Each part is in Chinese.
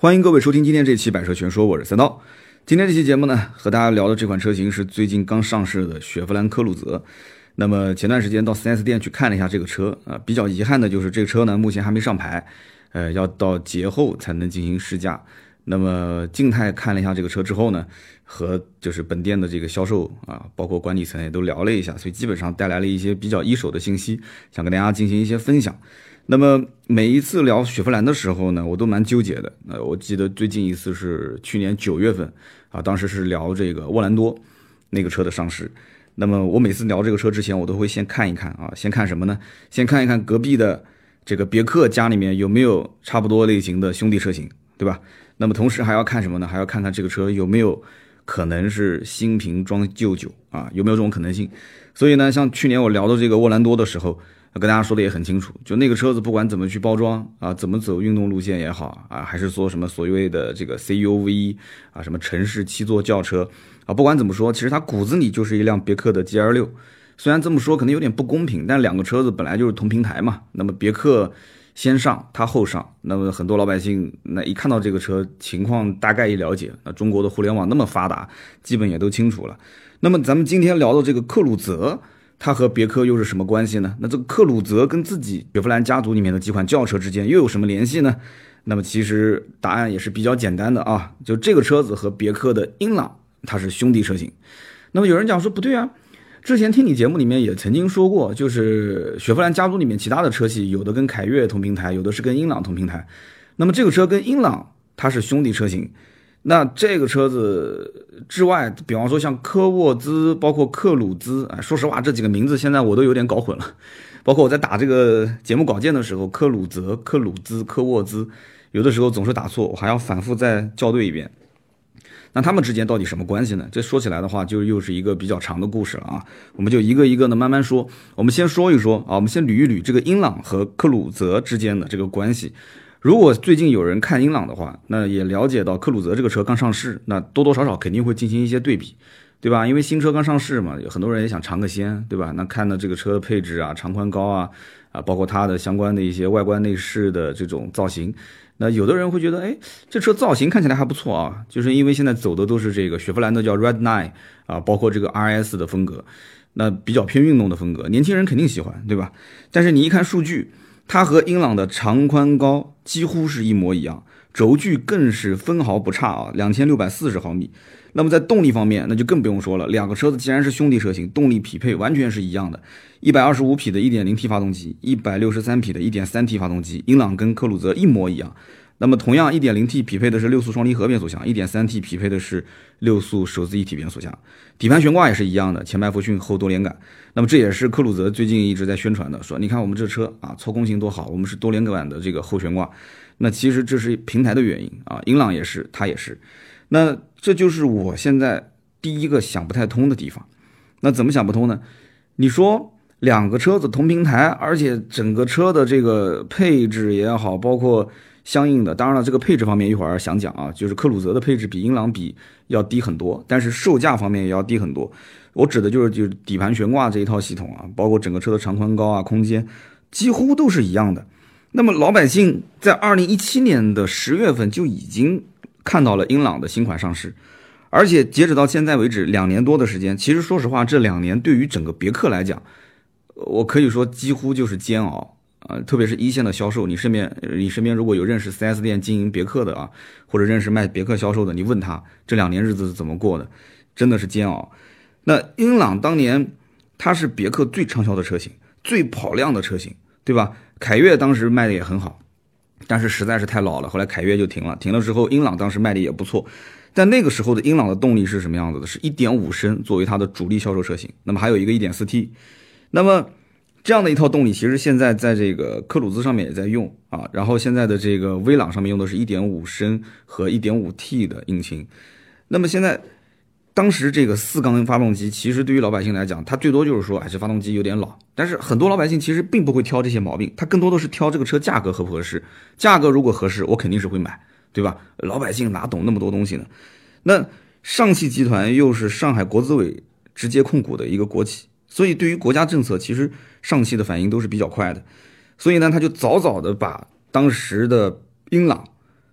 欢迎各位收听今天这期百车全说，我是三刀。今天这期节目呢，和大家聊的这款车型是最近刚上市的雪佛兰科鲁泽。那么前段时间到 4S 店去看了一下这个车比较遗憾的就是这个车呢目前还没上牌，要到节后才能进行试驾。那么静态看了一下这个车之后呢，和就是本店的这个销售包括管理层也都聊了一下，所以基本上带来了一些比较一手的信息，想跟大家进行一些分享。那么每一次聊雪佛兰的时候呢，我都蛮纠结的。我记得最近一次是去年9月份当时是聊这个沃兰多那个车的上市。那么我每次聊这个车之前，我都会先看一看先看什么呢？先看一看隔壁的这个别克家里面有没有差不多类型的兄弟车型，对吧？那么同时还要看什么呢？还要看看这个车有没有可能是新瓶装旧酒有没有这种可能性。所以呢，像去年我聊的这个沃兰多的时候，跟大家说的也很清楚，就那个车子不管怎么去包装怎么走运动路线也好还是说什么所谓的这个 CUV 什么城市7座轿车不管怎么说，其实它骨子里就是一辆别克的 GL6。虽然这么说可能有点不公平，但两个车子本来就是同平台嘛，那么别克先上它后上，那么很多老百姓那一看到这个车情况大概一了解，那中国的互联网那么发达，基本也都清楚了。那么咱们今天聊的这个克鲁泽，它和别克又是什么关系呢？那这个克鲁泽跟自己雪佛兰家族里面的几款轿车之间又有什么联系呢？那么其实答案也是比较简单的就这个车子和别克的英朗它是兄弟车型。那么有人讲说不对之前听你节目里面也曾经说过，就是雪佛兰家族里面其他的车系有的跟凯越同平台，有的是跟英朗同平台。那么这个车跟英朗它是兄弟车型，那这个车子之外，比方说像科沃兹包括克鲁兹说实话这几个名字现在我都有点搞混了，包括我在打这个节目稿件的时候，克鲁泽、克鲁兹、科沃兹有的时候总是打错，我还要反复再校对一遍。那他们之间到底什么关系呢？这说起来的话就又是一个比较长的故事了我们就一个一个的慢慢说。我们先说一说我们先捋一捋这个英朗和克鲁泽之间的这个关系。如果最近有人看英朗的话，那也了解到克鲁泽这个车刚上市，那多多少少肯定会进行一些对比，对吧？因为新车刚上市嘛，有很多人也想尝个鲜，对吧？那看到这个车的配置长宽高包括它的相关的一些外观内饰的这种造型，那有的人会觉得这车造型看起来还不错就是因为现在走的都是这个雪佛兰的叫 Redline 包括这个 RS 的风格，那比较偏运动的风格，年轻人肯定喜欢，对吧？但是你一看数据，它和英朗的长宽高几乎是一模一样，轴距更是分毫不差2640毫米。那么在动力方面那就更不用说了，两个车子既然是兄弟车型，动力匹配完全是一样的，125匹的 1.0T 发动机，163匹的 1.3T 发动机，英朗跟克鲁泽一模一样。那么同样 1.0T 匹配的是6速双离合变速箱， 1.3T 匹配的是6速手自一体变速箱，底盘悬挂也是一样的，前麦弗逊后多连杆。那么这也是克鲁泽最近一直在宣传的，说你看我们这车操控性多好，我们是多连杆的这个后悬挂。那其实这是平台的原因英朗也是，它也是。那这就是我现在第一个想不太通的地方。那怎么想不通呢？你说两个车子同平台，而且整个车的这个配置也好，包括相应的，当然了这个配置方面一会儿想讲就是克鲁泽的配置比英朗比要低很多，但是售价方面也要低很多。我指的就是底盘悬挂这一套系统包括整个车的长宽高空间几乎都是一样的。那么老百姓在2017年的10月份就已经看到了英朗的新款上市，而且截止到现在为止2年多的时间，其实说实话这2年对于整个别克来讲，我可以说几乎就是煎熬特别是一线的销售，你身边如果有认识 4S 店经营别克的或者认识卖别克销售的，你问他这2年日子是怎么过的，真的是煎熬。那英朗当年它是别克最畅销的车型，最跑量的车型，对吧？凯越当时卖的也很好，但是实在是太老了，后来凯越就停了之后，英朗当时卖的也不错。但那个时候的英朗的动力是什么样子的？是 1.5 升作为它的主力销售车型，那么还有一个 1.4T。 那么这样的一套动力其实现在在这个科鲁兹上面也在用然后现在的这个威朗上面用的是 1.5 升和 1.5T 的引擎。那么现在当时这个4缸发动机其实对于老百姓来讲，它最多就是说这发动机有点老，但是很多老百姓其实并不会挑这些毛病，他更多的是挑这个车价格合不合适。价格如果合适，我肯定是会买，对吧？老百姓哪懂那么多东西呢？那上汽集团又是上海国资委直接控股的一个国企，所以对于国家政策其实上汽的反应都是比较快的。所以呢他就早早的把当时的英朗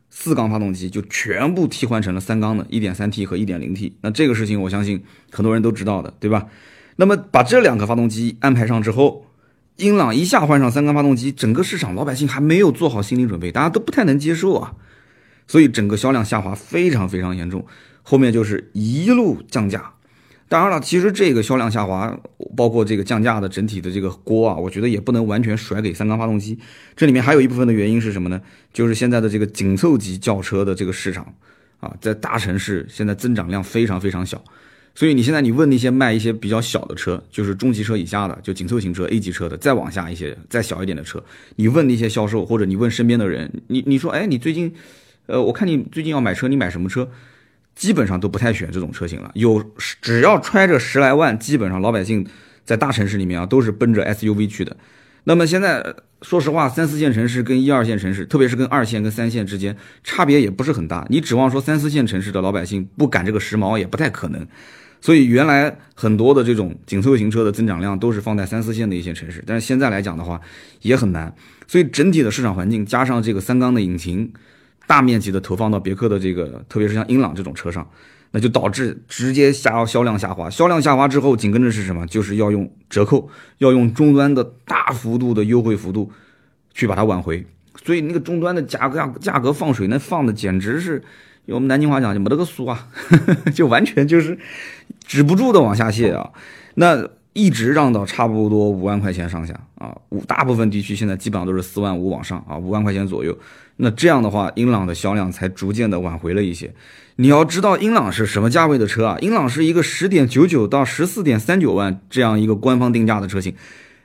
4缸发动机就全部替换成了3缸的 1.3T 和 1.0T。 那这个事情我相信很多人都知道的，对吧？那么把这2个发动机安排上之后，英朗一下换上3缸发动机，整个市场老百姓还没有做好心理准备，大家都不太能接受啊，所以整个销量下滑非常非常严重，后面就是一路降价。当然了，其实这个销量下滑，包括这个降价的整体的这个锅啊，我觉得也不能完全甩给3缸发动机。这里面还有一部分的原因是什么呢？就是现在的这个紧凑级轿车的这个市场啊，在大城市现在增长量非常非常小。所以你现在你问那些卖一些比较小的车，就是中级车以下的，就紧凑型车 A 级车的，再往下一些再小一点的车，你问那些销售或者你问身边的人，你说哎，你最近我看你最近要买车，你买什么车？基本上都不太选这种车型了，只要揣着10来万，基本上老百姓在大城市里面啊都是奔着 SUV 去的。那么现在说实话，3、4线城市跟1、2线城市，特别是跟2线跟3线之间差别也不是很大，你指望说3、4线城市的老百姓不赶这个时髦也不太可能。所以原来很多的这种紧凑型车的增长量都是放在3、4线的一线城市，但是现在来讲的话也很难。所以整体的市场环境加上这个3缸的引擎大面积的投放到别克的这个，特别是像英朗这种车上，那就导致直接销量下滑。销量下滑之后，紧跟着是什么？就是要用折扣，要用终端的大幅度的优惠幅度去把它挽回。所以那个终端的价格放水，那放的简直是用我们南京话讲就没得个数啊，就完全就是止不住的往下泻啊。那一直让到差不多5万块钱上下啊，大部分地区现在基本上都是4万5往上啊，5万块钱左右。那这样的话，英朗的销量才逐渐的挽回了一些。你要知道英朗是什么价位的车啊？英朗是一个10.99到14.39万这样一个官方定价的车型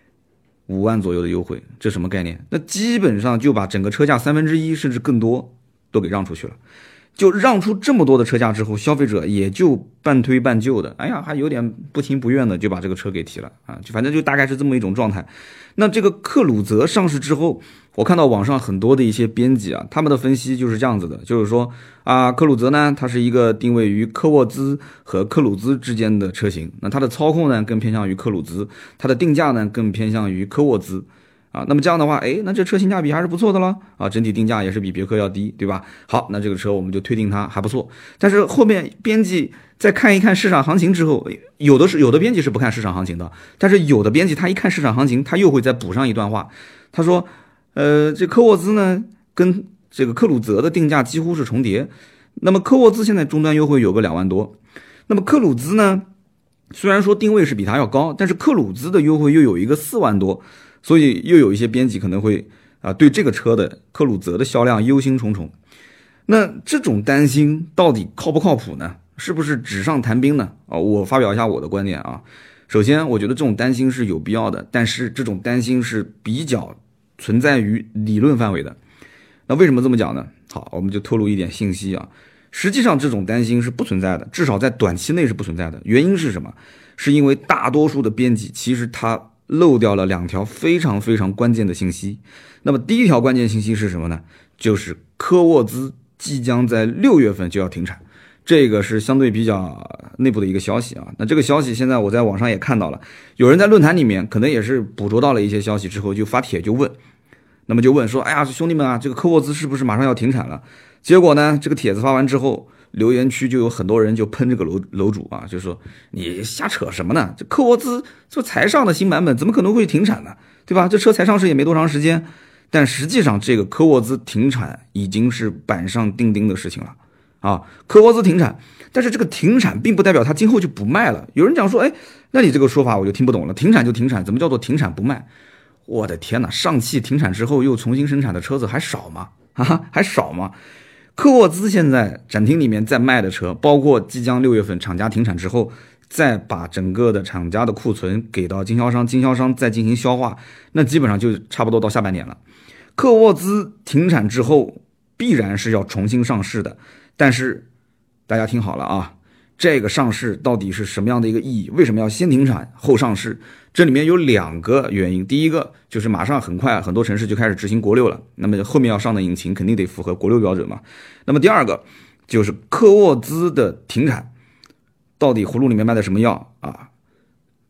，5万左右的优惠，这什么概念？那基本上就把整个车价1/3甚至更多都给让出去了。就让出这么多的车价之后，消费者也就半推半就的，哎呀，还有点不情不愿的就把这个车给提了啊，就反正就大概是这么一种状态。那这个克鲁泽上市之后，我看到网上很多的一些编辑啊，他们的分析就是这样子的，就是说啊，克鲁泽呢，它是一个定位于科沃兹和克鲁兹之间的车型，那它的操控呢更偏向于克鲁兹，它的定价呢更偏向于科沃兹。啊，那么这样的话，那这车性价比还是不错的了啊，整体定价也是比别克要低，对吧？好，那这个车我们就推定它还不错。但是后面编辑再看一看市场行情之后，有的编辑是不看市场行情的，但是有的编辑他一看市场行情，他又会再补上一段话，他说，这科沃兹呢跟这个克鲁泽的定价几乎是重叠，那么科沃兹现在终端优惠有个2万多，那么克鲁兹呢，虽然说定位是比它要高，但是克鲁兹的优惠又有一个4万多。所以又有一些编辑可能会对这个车的克鲁泽的销量忧心忡忡。那这种担心到底靠不靠谱呢？是不是纸上谈兵呢？我发表一下我的观点啊。首先，我觉得这种担心是有必要的，但是这种担心是比较存在于理论范围的。那为什么这么讲呢？好，我们就透露一点信息啊。实际上这种担心是不存在的，至少在短期内是不存在的。原因是什么？是因为大多数的编辑其实他漏掉了2条非常非常关键的信息。那么第一条关键信息是什么呢？就是科沃兹即将在6月份就要停产，这个是相对比较内部的一个消息啊。那这个消息现在我在网上也看到了，有人在论坛里面可能也是捕捉到了一些消息之后就发帖就问，那么就问说，哎呀兄弟们啊，这个科沃兹是不是马上要停产了？结果呢，这个帖子发完之后，留言区就有很多人就喷这个楼主啊，就说你瞎扯什么呢？这科沃兹这才上的新版本，怎么可能会停产呢？对吧？这车才上市也没多长时间，但实际上这个科沃兹停产已经是板上钉钉的事情了啊。科沃兹停产，但是这个停产并不代表它今后就不卖了。有人讲说，那你这个说法我就听不懂了，停产就停产，怎么叫做停产不卖？我的天哪，上汽停产之后又重新生产的车子还少吗？还少吗？科沃兹现在展厅里面在卖的车，包括即将6月份厂家停产之后，再把整个的厂家的库存给到经销商，经销商再进行消化，那基本上就差不多到下半年了。科沃兹停产之后必然是要重新上市的，但是大家听好了啊，这个上市到底是什么样的一个意义？为什么要先停产后上市？这里面有2个原因。第一个就是马上很快很多城市就开始执行国6了，那么后面要上的引擎肯定得符合国6标准嘛。那么第二个就是科沃兹的停产到底葫芦里面卖的什么药啊？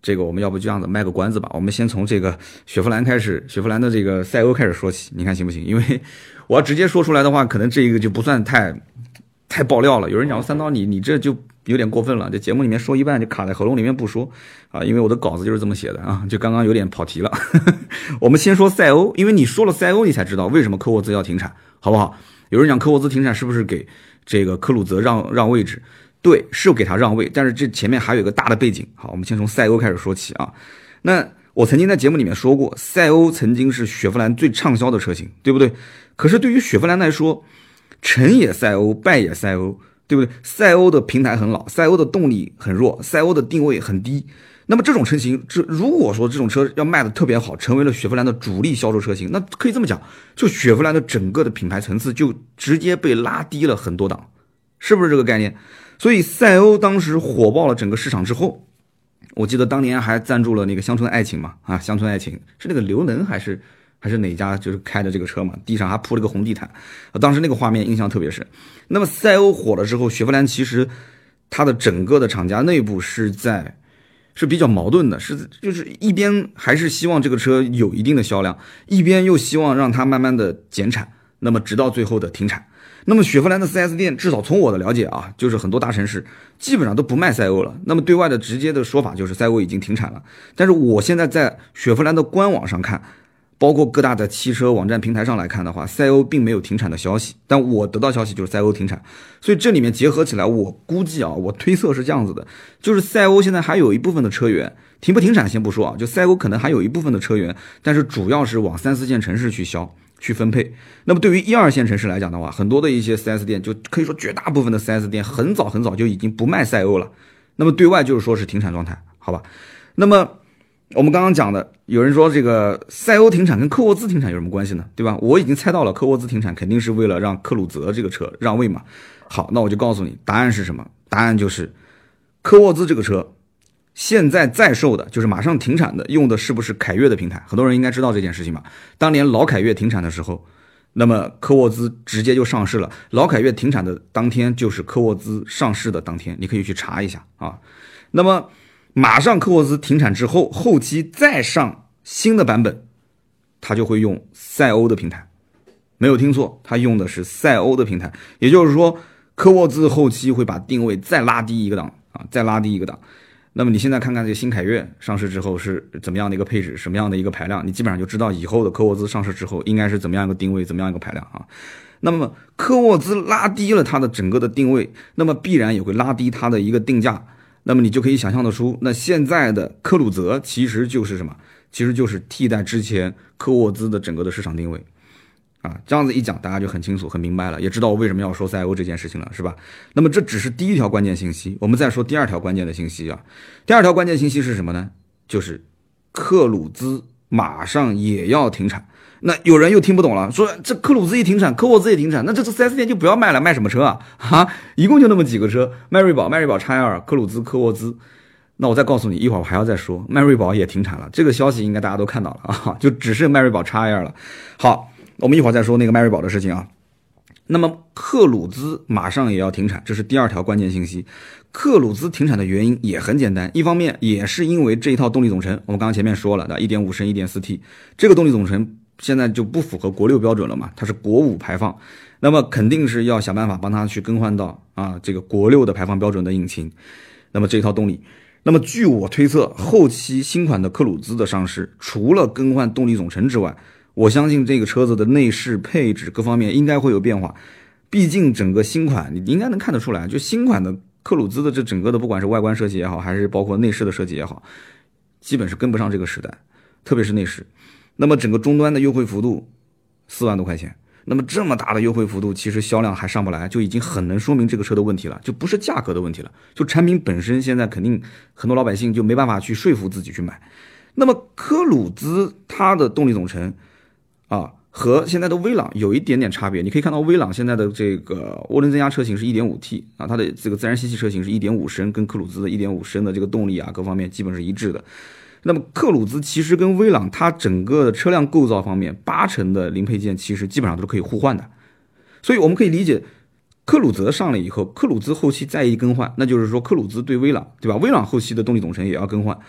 这个我们要不就这样子卖个关子吧，我们先从这个雪佛兰开始，雪佛兰的这个赛欧开始说起，你看行不行？因为我要直接说出来的话，可能这个就不算太爆料了。有人讲三刀你这就有点过分了，这节目里面说一半就卡在喉咙里面不说啊，因为我的稿子就是这么写的啊，就刚刚有点跑题了。我们先说赛欧，因为你说了赛欧，你才知道为什么科沃兹要停产，好不好？有人讲科沃兹停产是不是给这个科鲁泽让位置？对，是给他让位，但是这前面还有一个大的背景。好，我们先从赛欧开始说起啊。那我曾经在节目里面说过，赛欧曾经是雪佛兰最畅销的车型，对不对？可是对于雪佛兰来说，成也赛欧，败也赛欧，对不对？赛欧的平台很老，赛欧的动力很弱，赛欧的定位很低。那么这种车型，如果说这种车要卖的特别好，成为了雪佛兰的主力销售车型，那可以这么讲，就雪佛兰的整个的品牌层次就直接被拉低了很多档，是不是这个概念？所以赛欧当时火爆了整个市场之后，我记得当年还赞助了那个乡村爱情嘛，啊，乡村爱情是那个刘能还是哪家就是开的这个车嘛，地上还铺了个红地毯，当时那个画面印象特别深。那么赛欧火了之后，雪佛兰其实它的整个的厂家内部是比较矛盾的，就是一边还是希望这个车有一定的销量，一边又希望让它慢慢的减产，那么直到最后的停产。那么雪佛兰的 4S 店至少从我的了解啊，就是很多大城市基本上都不卖赛欧了，那么对外的直接的说法就是赛欧已经停产了。但是我现在在雪佛兰的官网上看，包括各大的汽车网站平台上来看的话，赛欧并没有停产的消息，但我得到消息就是赛欧停产。所以这里面结合起来，我估计啊，我推测是这样子的，就是赛欧现在还有一部分的车源，停不停产先不说啊，就赛欧可能还有一部分的车源，但是主要是往3、4线城市去分配。那么对于1、2线城市来讲的话，很多的一些 4S 店，就可以说绝大部分的 4S 店很早就已经不卖赛欧了，那么对外就是说是停产状态，好吧？那么我们刚刚讲的，有人说这个赛欧停产跟科沃兹停产有什么关系呢？对吧？我已经猜到了，科沃兹停产肯定是为了让克鲁泽这个车让位嘛。好，那我就告诉你答案是什么？答案就是科沃兹这个车现在在售的，就是马上停产的，用的是不是凯越的平台？很多人应该知道这件事情吧。当年老凯越停产的时候，那么科沃兹直接就上市了。老凯越停产的当天就是科沃兹上市的当天，你可以去查一下啊。那么马上科沃兹停产之后，后期再上新的版本，它就会用赛欧的平台。没有听错，它用的是赛欧的平台，也就是说科沃兹后期会把定位再拉低一个档啊，再拉低一个档。那么你现在看看这个新凯越上市之后是怎么样的一个配置，什么样的一个排量，你基本上就知道以后的科沃兹上市之后应该是怎么样一个定位，怎么样一个排量啊。那么科沃兹拉低了它的整个的定位，那么必然也会拉低它的一个定价。那么你就可以想象得出，那现在的科鲁泽其实就是什么？其实就是替代之前科沃兹的整个的市场定位啊。这样子一讲，大家就很清楚、很明白了，也知道我为什么要说赛欧这件事情了，是吧？那么这只是第一条关键信息，我们再说第二条关键的信息啊。第二条关键信息是什么呢？就是克鲁兹马上也要停产。那有人又听不懂了，说这克鲁兹一停产，科沃兹也停产，那这 4S 店就不要卖了，卖什么车啊？一共就那么几个车，迈锐宝、X2、科鲁兹、科沃兹。那我再告诉你，一会儿我还要再说，迈锐宝也停产了，这个消息应该大家都看到了啊，就只剩迈锐宝 X2 了。好，我们一会儿再说那个迈锐宝的事情啊。那么克鲁兹马上也要停产，这是第二条关键信息。克鲁兹停产的原因也很简单，一方面也是因为这一套动力总成，我们刚刚前面说了的 1.5 升 1.4T 这个动力总成现在就不符合国6标准了嘛，它是国5排放，那么肯定是要想办法帮它去更换到这个国6的排放标准的引擎。那么这一套动力，那么据我推测，后期新款的克鲁兹的上市，除了更换动力总成之外，我相信这个车子的内饰配置各方面应该会有变化。毕竟整个新款你应该能看得出来，就新款的克鲁兹的这整个的不管是外观设计也好，还是包括内饰的设计也好，基本是跟不上这个时代，特别是内饰。那么整个终端的优惠幅度4万多块钱，那么这么大的优惠幅度，其实销量还上不来，就已经很能说明这个车的问题了，就不是价格的问题了，就产品本身现在肯定很多老百姓就没办法去说服自己去买。那么科鲁兹它的动力总成和现在的威朗有一点点差别，你可以看到威朗现在的这个涡轮增压车型是 1.5T 它的这个自然吸气车型是 1.5 升，跟克鲁兹的 1.5 升的这个动力各方面基本是一致的。那么克鲁兹其实跟威朗它整个车辆构造方面80%的零配件其实基本上都是可以互换的，所以我们可以理解克鲁泽上了以后，克鲁兹后期再一更换，那就是说克鲁兹对威朗，对吧？威朗后期的动力总成也要更换，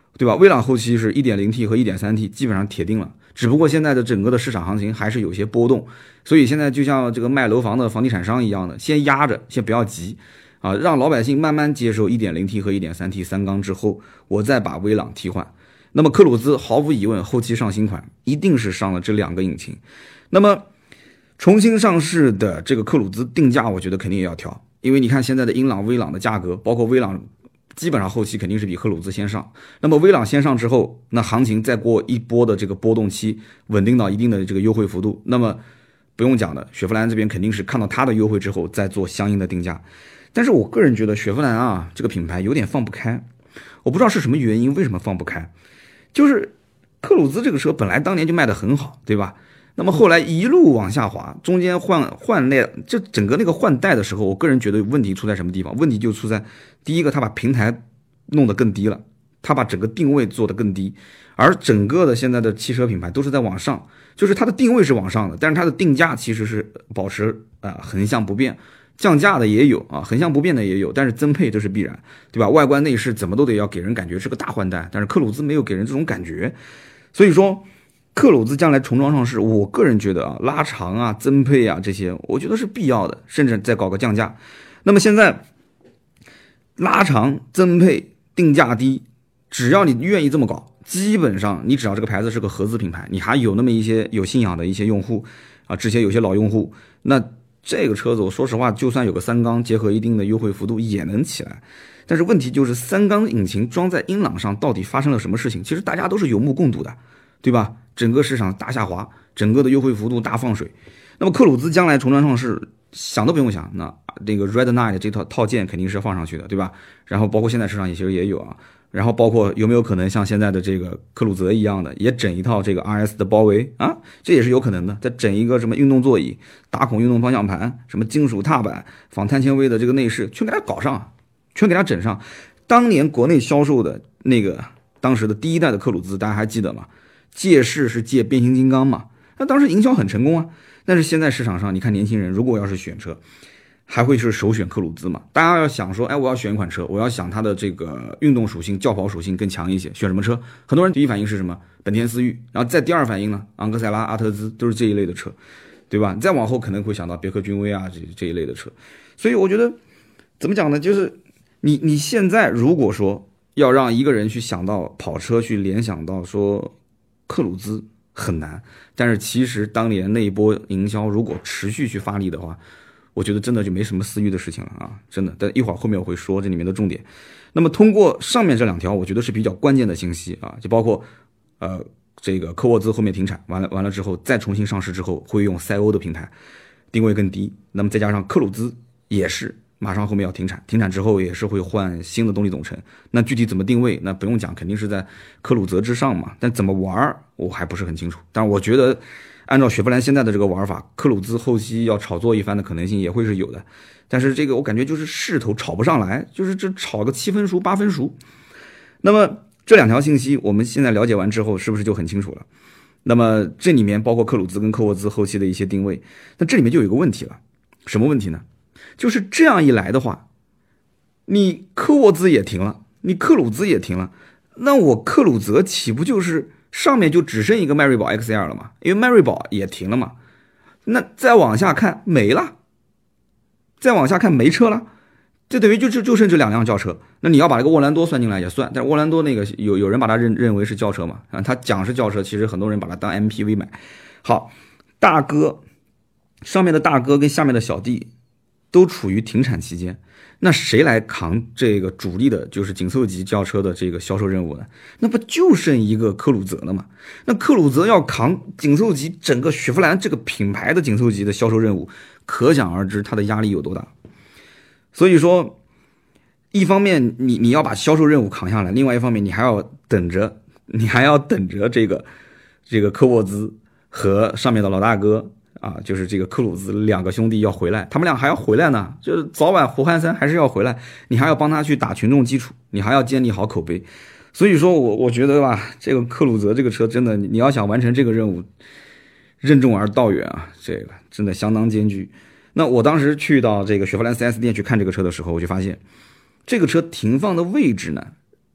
对吧？威朗后期是 1.0T 和 1.3T 基本上铁定了，只不过现在的整个的市场行情还是有些波动，所以现在就像这个卖楼房的房地产商一样的，先压着，先不要急啊，让老百姓慢慢接受 1.0T 和 1.3T 三缸之后，我再把威朗替换。那么科鲁兹毫无疑问后期上新款一定是上了这2个引擎。那么重新上市的这个科鲁兹定价我觉得肯定也要调，因为你看现在的英朗威朗的价格，包括威朗基本上后期肯定是比科鲁兹先上，那么威朗先上之后，那行情再过一波的这个波动期，稳定到一定的这个优惠幅度，那么不用讲的，雪佛兰这边肯定是看到它的优惠之后再做相应的定价。但是我个人觉得雪佛兰啊这个品牌有点放不开，我不知道是什么原因，为什么放不开？就是科鲁兹这个车本来当年就卖得很好，对吧？那么后来一路往下滑，中间换代，这整个那个换代的时候，我个人觉得问题出在什么地方？问题就出在第一个，他把平台弄得更低了，他把整个定位做得更低，而整个的现在的汽车品牌都是在往上，就是它的定位是往上的，但是它的定价其实是保持横向不变，降价的也有啊，横向不变的也有，但是增配这是必然，对吧？外观内饰怎么都得要给人感觉是个大换代，但是科鲁兹没有给人这种感觉，所以说克鲁兹将来重装上市，我个人觉得啊，拉长啊、增配啊这些，我觉得是必要的，甚至再搞个降价。那么现在拉长、增配、定价低，只要你愿意这么搞，基本上你只要这个牌子是个合资品牌，你还有那么一些有信仰的一些用户啊，之前有些老用户，那这个车子我说实话，就算有个3缸，结合一定的优惠幅度也能起来。但是问题就是3缸引擎装在英朗上到底发生了什么事情？其实大家都是有目共睹的，对吧？整个市场大下滑，整个的优惠幅度大放水。那么克鲁兹将来重装上市，想都不用想，那个 Red Knight 这套件肯定是放上去的，对吧？然后包括现在市场其实也有啊，然后包括有没有可能像现在的这个克鲁泽一样的，也整一套这个 RS 的包围啊，这也是有可能的。再整一个什么运动座椅、打孔运动方向盘、什么金属踏板、仿碳纤维的这个内饰，全给它搞上，全给它整上。当年国内销售的那个当时的第一代的克鲁兹，大家还记得吗？借势是借变形金刚嘛，那当时营销很成功啊。但是现在市场上，你看年轻人如果要是选车，还会是首选克鲁兹嘛？大家要想说，哎，我要选一款车，我要想它的这个运动属性、轿跑属性更强一些，选什么车？很多人第一反应是什么？本田思域，然后再第二反应呢，昂克赛拉、阿特兹都是这一类的车，对吧？再往后可能会想到别克君威啊这一类的车。所以我觉得怎么讲呢？就是你现在如果说要让一个人去想到跑车，去联想到说克鲁兹很难，但是其实当年那一波营销如果持续去发力的话，我觉得真的就没什么思域的事情了啊，真的。但一会儿后面我会说这里面的重点。那么通过上面这2条，我觉得是比较关键的信息啊，就包括这个科沃兹后面停产完了之后再重新上市之后会用赛欧的平台，定位更低。那么再加上克鲁兹也是马上后面要停产之后也是会换新的动力总成，那具体怎么定位，那不用讲，肯定是在科鲁泽之上嘛。但怎么玩我还不是很清楚。但我觉得按照雪佛兰现在的这个玩法，克鲁兹后期要炒作一番的可能性也会是有的。但是这个我感觉就是势头炒不上来，就是这炒个7分熟8分熟。那么这2条信息我们现在了解完之后，是不是就很清楚了？那么这里面包括克鲁兹跟科沃兹后期的一些定位，那这里面就有一个问题了，什么问题呢？就是这样一来的话，你科沃兹也停了，你克鲁兹也停了，那我克鲁泽岂不就是上面就只剩一个迈锐宝 XL 了嘛？因为迈锐宝也停了嘛，那再往下看没了，再往下看没车了，就等于就剩这2辆轿车。那你要把这个沃兰多算进来也算，但是沃兰多那个有人把它认为是轿车嘛？他讲是轿车，其实很多人把它当 MPV 买。好，大哥上面的大哥跟下面的小弟都处于停产期间，那谁来扛这个主力的就是紧凑级轿车的这个销售任务呢？那不就剩一个克鲁泽了吗？那克鲁泽要扛紧凑级整个雪佛兰这个品牌的紧凑级的销售任务，可想而知它的压力有多大。所以说一方面你要把销售任务扛下来，另外一方面你还要等着这个科沃兹和上面的老大哥啊，就是这个克鲁兹2个兄弟要回来，他们俩还要回来呢，就是早晚胡汉三还是要回来，你还要帮他去打群众基础，你还要建立好口碑。所以说我觉得吧，这个克鲁泽这个车真的，你要想完成这个任务，任重而道远啊，这个真的相当艰巨。那我当时去到这个雪佛兰 4S 店去看这个车的时候，我就发现这个车停放的位置呢，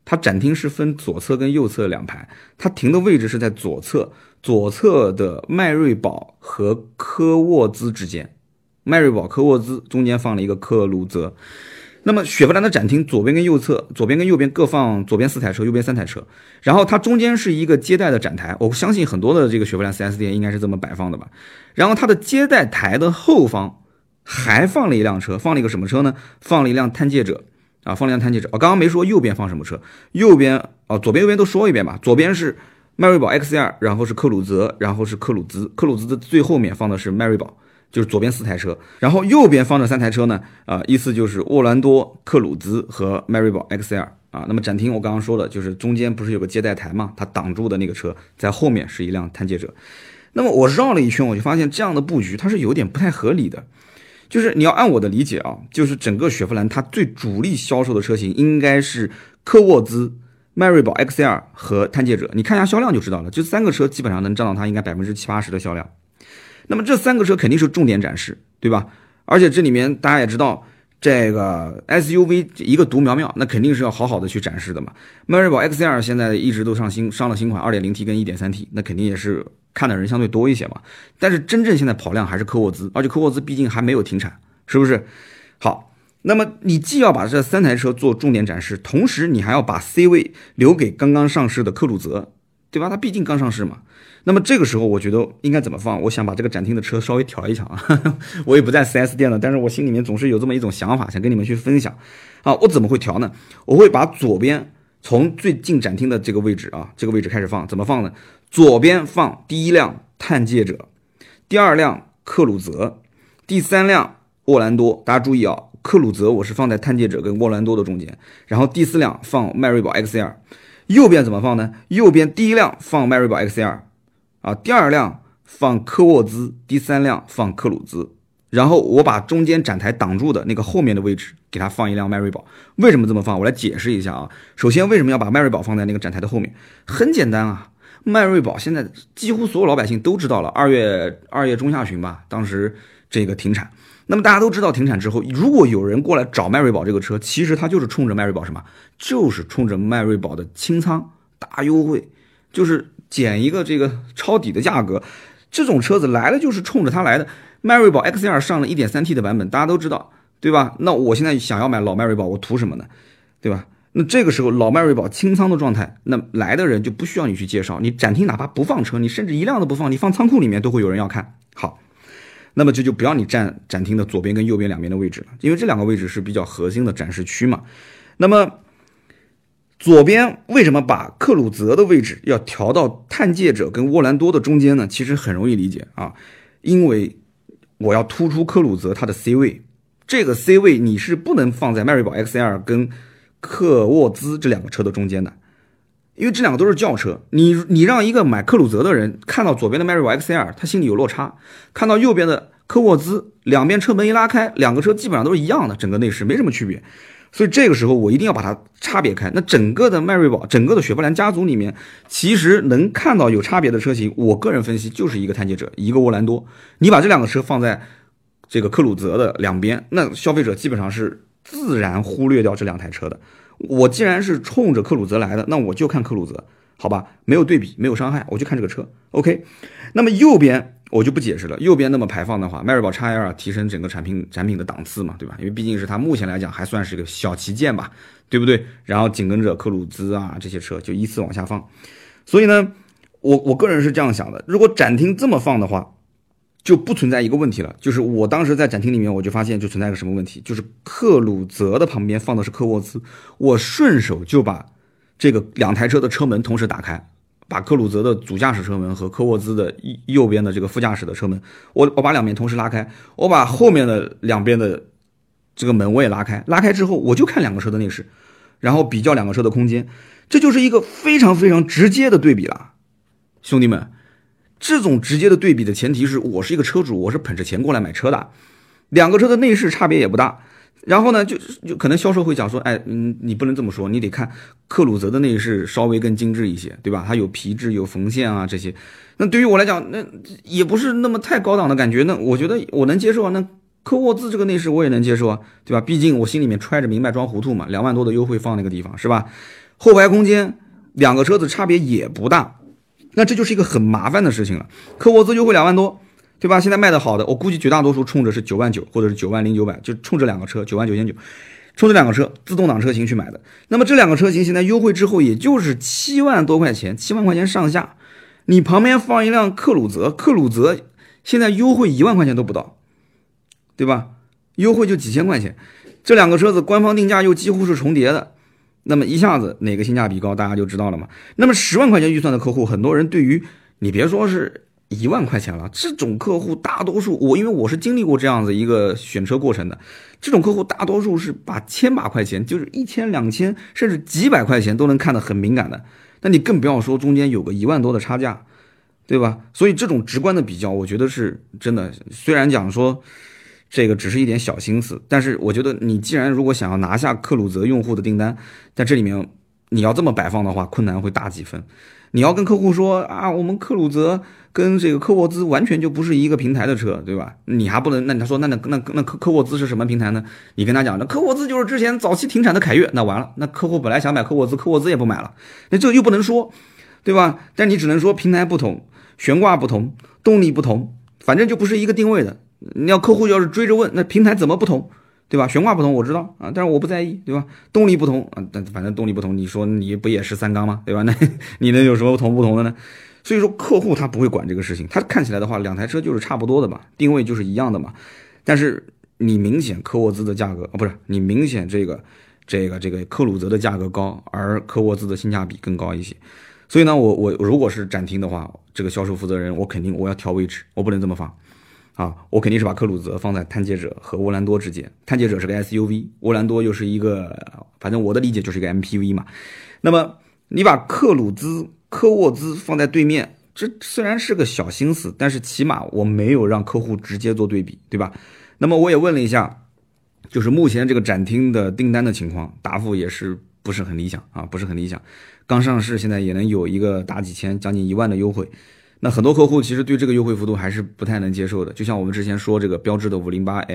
它展厅是分左侧跟右侧两排，它停的位置是在左侧，左侧的迈锐宝和科沃兹之间，迈锐宝、科沃兹中间放了一个克鲁泽。那么雪佛兰的展厅左边跟右侧，左边跟右边各放左边4台车，右边3台车，然后它中间是一个接待的展台，我相信很多的这个雪佛兰 4S 店应该是这么摆放的吧。然后它的接待台的后方还放了一辆车，放了一个什么车呢？放了一辆探界者啊，放了一辆探界者。刚刚没说右边放什么车，右边左边右边都说一遍吧。左边是迈锐宝 XR， 然后是克鲁泽，然后是克鲁兹，克鲁兹的最后面放的是迈锐宝。就是左边4台车，然后右边放着3台车呢，意思就是沃兰多、克鲁兹和迈锐宝 XL 啊。那么展厅我刚刚说的就是中间不是有个接待台嘛，它挡住的那个车在后面是一辆探界者。那么我绕了一圈，我就发现这样的布局它是有点不太合理的。就是你要按我的理解啊，就是整个雪佛兰它最主力销售的车型应该是科沃兹、迈锐宝 XL 和探界者。你看一下销量就知道了，这3个车基本上能占到它应该70-80%的销量。那么这3个车肯定是重点展示，对吧？而且这里面大家也知道，这个 SUV 一个独苗苗，那肯定是要好好的去展示的嘛。迈锐宝 XR 现在一直都上了新款 2.0T 跟 1.3T， 那肯定也是看的人相对多一些嘛。但是真正现在跑量还是科沃兹，而且科沃兹毕竟还没有停产，是不是？好，那么你既要把这3台车做重点展示，同时你还要把 C 位留给刚刚上市的克鲁泽，对吧？它毕竟刚上市嘛。那么这个时候我觉得应该怎么放？我想把这个展厅的车稍微调一调啊，我也不在 4S 店了，但是我心里面总是有这么一种想法，想跟你们去分享啊。我怎么会调呢？我会把左边从最近展厅的这个位置啊，这个位置开始放，怎么放呢？左边放第1辆探界者，第2辆克鲁泽，第3辆沃兰多。大家注意啊，克鲁泽我是放在探界者跟沃兰多的中间，然后第4辆放迈锐宝 XL。右边怎么放呢？右边第1辆放迈锐宝 XL。第2辆放科沃兹，第3辆放克鲁兹，然后我把中间展台挡住的那个后面的位置给它放一辆迈锐宝。为什么这么放？我来解释一下啊。首先，为什么要把迈锐宝放在那个展台的后面？很简单啊，迈锐宝现在几乎所有老百姓都知道了，2月中下旬吧，当时这个停产。那么大家都知道停产之后，如果有人过来找迈锐宝这个车，其实他就是冲着迈锐宝什么？就是冲着迈锐宝的清仓大优惠，就是减一个这个抄底的价格。这种车子来了就是冲着它来的。迈锐宝 XR 上了 1.3T 的版本，大家都知道，对吧？那我现在想要买老迈锐宝，我图什么呢？对吧？那这个时候老迈锐宝清仓的状态，那来的人就不需要你去介绍，你展厅哪怕不放车，你甚至一辆都不放，你放仓库里面都会有人要看。好，那么这就不要你占展厅的左边跟右边两边的位置了，因为这两个位置是比较核心的展示区嘛。那么左边为什么把克鲁泽的位置要调到探界者跟沃兰多的中间呢？其实很容易理解啊，因为我要突出克鲁泽它的 C 位，这个 C 位你是不能放在迈锐宝 XR 跟克沃兹这两个车的中间的，因为这两个都是轿车，你让一个买克鲁泽的人看到左边的迈锐宝 XR， 他心里有落差，看到右边的科沃兹，两边车门一拉开，两个车基本上都是一样的，整个内饰没什么区别。所以这个时候我一定要把它差别开。那整个的迈锐宝，整个的雪佛兰家族里面，其实能看到有差别的车型，我个人分析就是一个探界者，一个沃兰多。你把这两个车放在这个克鲁泽的两边，那消费者基本上是自然忽略掉这两台车的。我既然是冲着克鲁泽来的，那我就看克鲁泽，好吧？没有对比，没有伤害，我就看这个车。OK， 那么右边我就不解释了，右边那么排放的话，迈锐宝 XL 提升整个产品的档次嘛，对吧？因为毕竟是它目前来讲还算是个小旗舰吧，对不对？然后紧跟着克鲁兹啊这些车就依次往下放。所以呢，我个人是这样想的，如果展厅这么放的话，就不存在一个问题了，就是我当时在展厅里面我就发现就存在个什么问题，就是克鲁泽的旁边放的是科沃兹，我顺手就把这个两台车的车门同时打开，把克鲁泽的主驾驶车门和科沃兹的右边的这个副驾驶的车门，我把两边同时拉开，我把后面的两边的这个门我也拉开之后，我就看两个车的内饰，然后比较两个车的空间，这就是一个非常非常直接的对比了，兄弟们。这种直接的对比的前提是我是一个车主，我是捧着钱过来买车的，两个车的内饰差别也不大。然后呢，就可能销售会讲说，哎，你不能这么说，你得看克鲁泽的内饰稍微更精致一些，对吧？它有皮质、有缝线啊这些。那对于我来讲，那也不是那么太高档的感觉。那我觉得我能接受啊。那科沃兹这个内饰我也能接受啊，对吧？毕竟我心里面揣着明白装糊涂嘛，2万多的优惠放那个地方是吧？ 后排空间两个车子差别也不大，那这就是一个很麻烦的事情了。科沃兹优惠2万多，对吧？现在卖的好的，我估计绝大多数冲着是9万9或者是9万0900，就冲这两个车9万9900，冲这两个车自动挡车型去买的。那么这两个车型现在优惠之后，也就是7万多块钱，7万块钱上下。你旁边放一辆克鲁泽，克鲁泽现在优惠1万块钱都不到，对吧？优惠就几千块钱，这两个车子官方定价又几乎是重叠的，那么一下子哪个性价比高，大家就知道了嘛。那么10万块钱预算的客户，很多人对于你别说是1万块钱了，这种客户大多数因为我是经历过这样子一个选车过程的，这种客户大多数是把千把块钱，就是1000、2000甚至几百块钱都能看得很敏感的，那你更不要说中间有个1万多的差价，对吧？所以这种直观的比较，我觉得是真的。虽然讲说这个只是一点小心思，但是我觉得你既然如果想要拿下克鲁泽用户的订单，在这里面你要这么摆放的话，困难会大几分。你要跟客户说啊，我们克鲁泽跟这个科沃兹完全就不是一个平台的车，对吧？你还不能，那他说那科沃兹是什么平台呢？你跟他讲，那科沃兹就是之前早期停产的凯越，那完了，那客户本来想买科沃兹也不买了，那这个又不能说，对吧？但你只能说平台不同，悬挂不同，动力不同，反正就不是一个定位的。你要客户要是追着问，那平台怎么不同，对吧？悬挂不同我知道啊，但是我不在意，对吧？动力不同啊，但反正动力不同，你说你不也是3缸吗？对吧？那你能有什么不同的呢？所以说客户他不会管这个事情，他看起来的话，两台车就是差不多的嘛，定位就是一样的嘛。但是你明显科沃兹的价格不是，你明显这个克鲁泽的价格高，而科沃兹的性价比更高一些。所以呢，我如果是展厅的话，这个销售负责人我肯定我要调位置，我不能这么放。我肯定是把克鲁泽放在探界者和沃兰多之间，探界者是个 SUV， 沃兰多又是一个，反正我的理解就是一个 MPV 嘛。那么你把科沃兹放在对面，这虽然是个小心思，但是起码我没有让客户直接做对比，对吧？那么我也问了一下，就是目前这个展厅的订单的情况，答复也是不是很理想啊，不是很理想。刚上市现在也能有一个大几千将近1万的优惠，那很多客户其实对这个优惠幅度还是不太能接受的。就像我们之前说这个标致的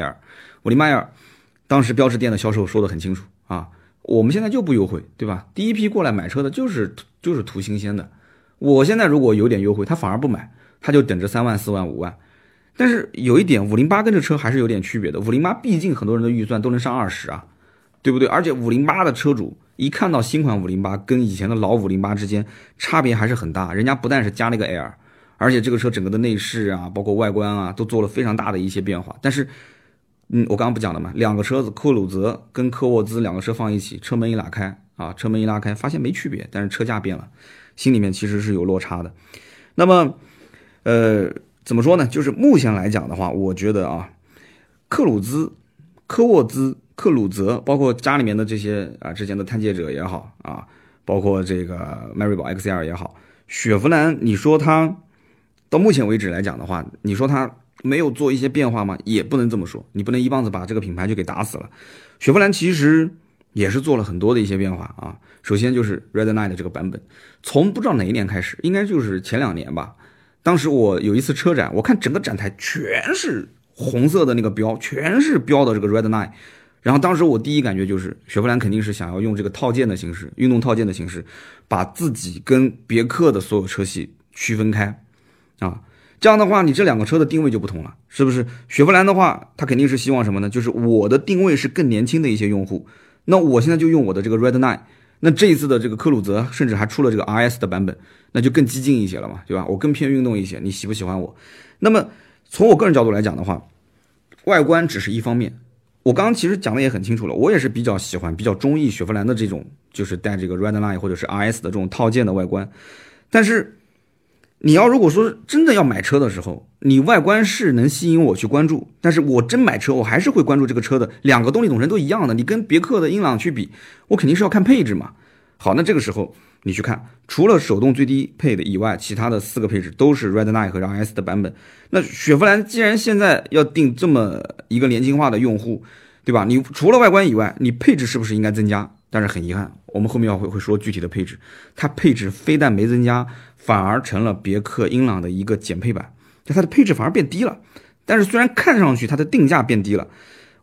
508L，当时标致店的销售说得很清楚啊，我们现在就不优惠，对吧？第一批过来买车的就是图新鲜的，我现在如果有点优惠，他反而不买，他就等着3万、4万、5万。但是有一点，508跟这车还是有点区别的，508毕竟很多人的预算都能上20啊，对不对？而且508的车主一看到新款508跟以前的老508之间差别还是很大，人家不但是加了一个 L， 而且这个车整个的内饰啊，包括外观啊，都做了非常大的一些变化。但是我刚刚不讲了嘛，两个车子科鲁泽跟科沃兹两个车放一起，车门一拉开，发现没区别，但是车价变了，心里面其实是有落差的。那么怎么说呢，就是目前来讲的话，我觉得啊，科沃兹、克鲁泽，包括家里面的这些之前的探界者也好啊，包括这个迈锐宝 XL 也好，雪佛兰你说它到目前为止来讲的话，你说它没有做一些变化吗？也不能这么说，你不能一棒子把这个品牌就给打死了。雪佛兰其实也是做了很多的一些变化啊。首先就是 Red Knight 这个版本，从不知道哪一年开始，应该就是前2年吧。当时我有一次车展，我看整个展台全是红色的那个标，全是标的这个 Red Knight。然后当时我第一感觉就是雪佛兰肯定是想要用这个套件的形式，运动套件的形式，把自己跟别克的所有车系区分开啊。这样的话，你这两个车的定位就不同了，是不是？雪佛兰的话，它肯定是希望什么呢？就是我的定位是更年轻的一些用户，那我现在就用我的这个 Red Knight。那这一次的这个科鲁泽甚至还出了这个 RS 的版本，那就更激进一些了嘛，对吧？我更偏运动一些，你喜不喜欢我？那么从我个人角度来讲的话，外观只是一方面。我刚刚其实讲的也很清楚了，我也是比较喜欢、比较中意雪佛兰的这种，就是带这个 Red Knight 或者是 RS 的这种套件的外观。但是你要如果说真的要买车的时候，你外观是能吸引我去关注，但是我真买车，我还是会关注这个车的两个动力总成都一样的。你跟别克的英朗去比，我肯定是要看配置嘛。好，那这个时候你去看，除了手动最低配的以外，其他的4个配置都是 Red Knight 和 RS 的版本。那雪佛兰既然现在要定这么一个年轻化的用户，对吧？你除了外观以外，你配置是不是应该增加？但是很遗憾，我们后面会说具体的配置，它配置非但没增加，反而成了别克英朗的一个减配版，就它的配置反而变低了。但是虽然看上去它的定价变低了，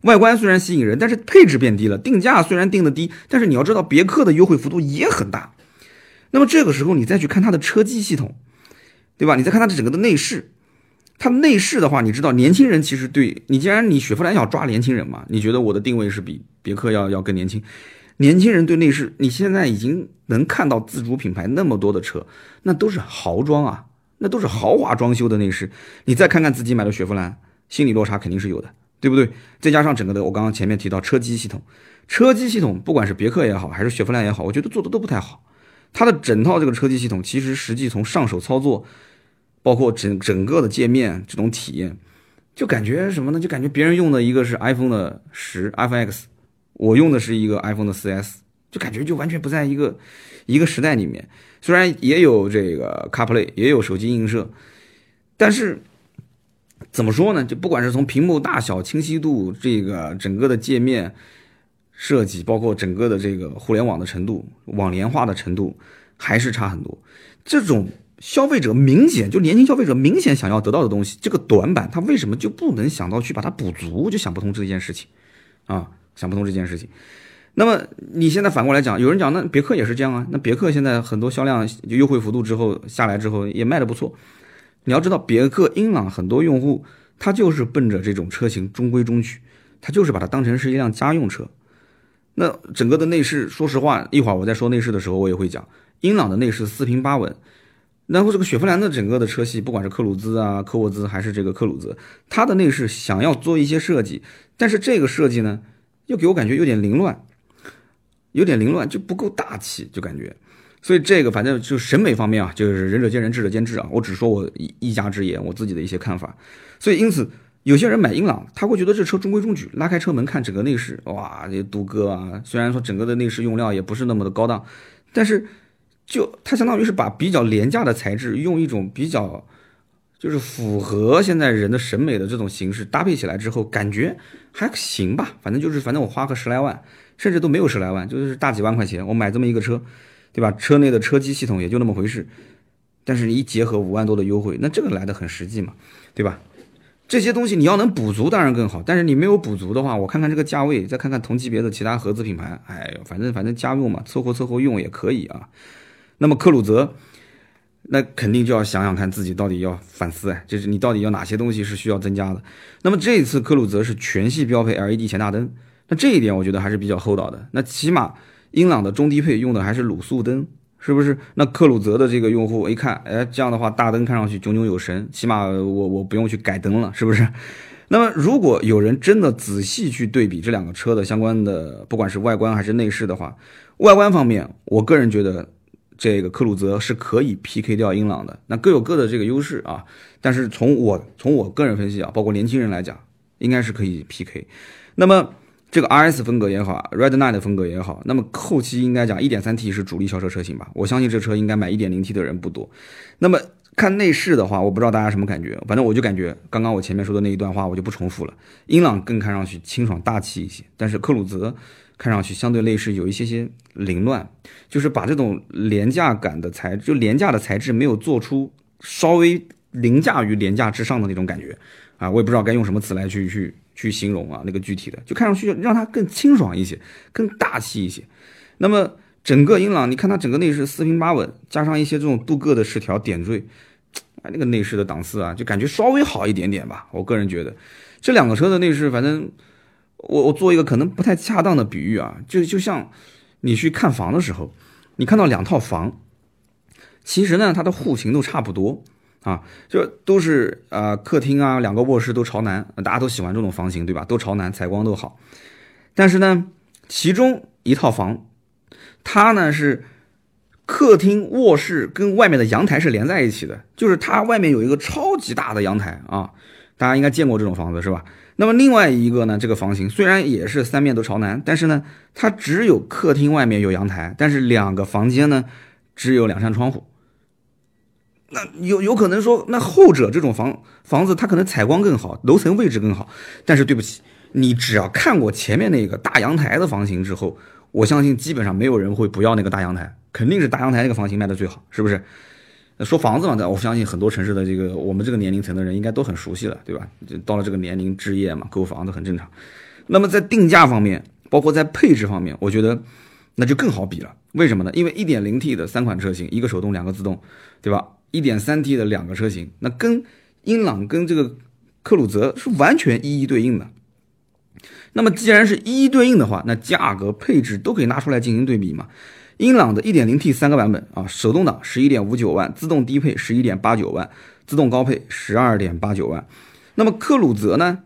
外观虽然吸引人，但是配置变低了，定价虽然定的低，但是你要知道别克的优惠幅度也很大。那么这个时候你再去看它的车机系统，对吧？你再看它的整个的内饰，它的内饰的话，你知道年轻人其实对你，既然你雪佛兰要抓年轻人嘛，你觉得我的定位是比别克要更年轻，年轻人对内饰，你现在已经能看到自主品牌那么多的车，那都是豪装啊，那都是豪华装修的内饰。你再看看自己买的雪佛兰，心理落差肯定是有的，对不对？再加上整个的我刚刚前面提到车机系统，车机系统不管是别克也好还是雪佛兰也好，我觉得做的都不太好。它的整套这个车机系统其实实际从上手操作，包括整个的界面这种体验，就感觉什么呢？就感觉别人用的一个是 iPhone 的10 iPhone X， 我用的是一个 iPhone 的4S， 就感觉就完全不在一个时代里面。虽然也有这个 CarPlay， 也有手机映射，但是怎么说呢？就不管是从屏幕大小、清晰度，这个整个的界面设计，包括整个的这个互联网的程度、网联化的程度，还是差很多。这种消费者明显就年轻消费者明显想要得到的东西，这个短板他为什么就不能想到去把它补足？就想不通这件事情啊，想不通这件事情。那么你现在反过来讲，有人讲那别克也是这样啊，那别克现在很多销量就优惠幅度之后下来之后也卖得不错。你要知道别克英朗很多用户他就是奔着这种车型中规中矩，他就是把它当成是一辆家用车。那整个的内饰，说实话，一会儿我在说内饰的时候我也会讲，英朗的内饰四平八稳。然后这个雪佛兰的整个的车系，不管是科鲁兹啊、科沃兹还是这个科鲁兹，它的内饰想要做一些设计，但是这个设计呢，又给我感觉有点凌乱，就不够大气，就感觉。所以这个反正就审美方面啊，就是仁者见仁，智者见智啊。我只说我一家之言，我自己的一些看法。所以因此，有些人买英朗，他会觉得这车中规中矩，拉开车门看整个内饰，哇，这镀铬啊，虽然说整个的内饰用料也不是那么的高档，但是就它相当于是把比较廉价的材质，用一种比较就是符合现在人的审美的这种形式搭配起来之后，感觉还行吧。反正我花个10来万，甚至都没有10来万，就是大几万块钱，我买这么一个车，对吧？车内的车机系统也就那么回事，但是一结合5万多的优惠，那这个来得很实际嘛，对吧？这些东西你要能补足当然更好，但是你没有补足的话，我看看这个价位，再看看同级别的其他合资品牌，哎呦，反正家用嘛，凑合用也可以啊。那么科鲁泽，那肯定就要想想看自己到底要反思，就是你到底有哪些东西是需要增加的。那么这一次科鲁泽是全系标配 LED 前大灯，那这一点我觉得还是比较厚道的。那起码英朗的中低配用的还是卤素灯，是不是？那科鲁泽的这个用户一看，哎，这样的话大灯看上去炯炯有神，起码我不用去改灯了，是不是？那么如果有人真的仔细去对比这两个车的相关的，不管是外观还是内饰的话，外观方面，我个人觉得这个科鲁泽是可以 PK 掉英朗的，那各有各的这个优势啊。但是从我个人分析啊，包括年轻人来讲，应该是可以 PK。那么这个 RS 风格也好 ，Redline 的风格也好，那么后期应该讲 1.3T 是主力销售车型吧？我相信这车应该买 1.0T 的人不多。那么看内饰的话，我不知道大家什么感觉，反正我就感觉刚刚我前面说的那一段话我就不重复了。英朗更看上去清爽大气一些，但是科鲁泽看上去相对内饰有一些凌乱，就是把这种廉价感的材质，就廉价的材质没有做出稍微凌驾于廉价之上的那种感觉啊，我也不知道该用什么词来去形容啊，那个具体的，就看上去让它更清爽一些，更大气一些。那么整个英朗，你看它整个内饰四平八稳，加上一些这种镀铬的饰条点缀，哎，那个内饰的档次啊，就感觉稍微好一点点吧。我个人觉得这两个车的内饰，反正我做一个可能不太恰当的比喻啊，就像你去看房的时候，你看到两套房，其实呢它的户型都差不多啊，就都是客厅啊2个卧室都朝南，大家都喜欢这种房型对吧？都朝南，采光都好。但是呢，其中一套房，它呢是客厅卧室跟外面的阳台是连在一起的，就是它外面有一个超级大的阳台啊，大家应该见过这种房子是吧？那么另外一个呢，这个房型虽然也是3面都朝南，但是呢它只有客厅外面有阳台，但是2个房间呢只有2扇窗户。那有可能说，那后者这种房子它可能采光更好，楼层位置更好，但是对不起，你只要看过前面那个大阳台的房型之后，我相信基本上没有人会不要那个大阳台，肯定是大阳台那个房型卖的最好，是不是？说房子嘛，我相信很多城市的这个我们这个年龄层的人应该都很熟悉了，对吧？就到了这个年龄置业嘛，购房子很正常。 那么在定价方面，包括在配置方面，我觉得那就更好比了。为什么呢？因为 1.0T 的3款车型，一个手动2个自动，对吧？ 1.3T 的2个车型，那跟英朗跟这个克鲁泽是完全一一对应的。那么既然是一一对应的话，那价格配置都可以拿出来进行对比嘛。英朗的 1.0T 3个版本啊，手动挡 11.59 万，自动低配 11.89 万，自动高配 12.89 万。那么克鲁泽呢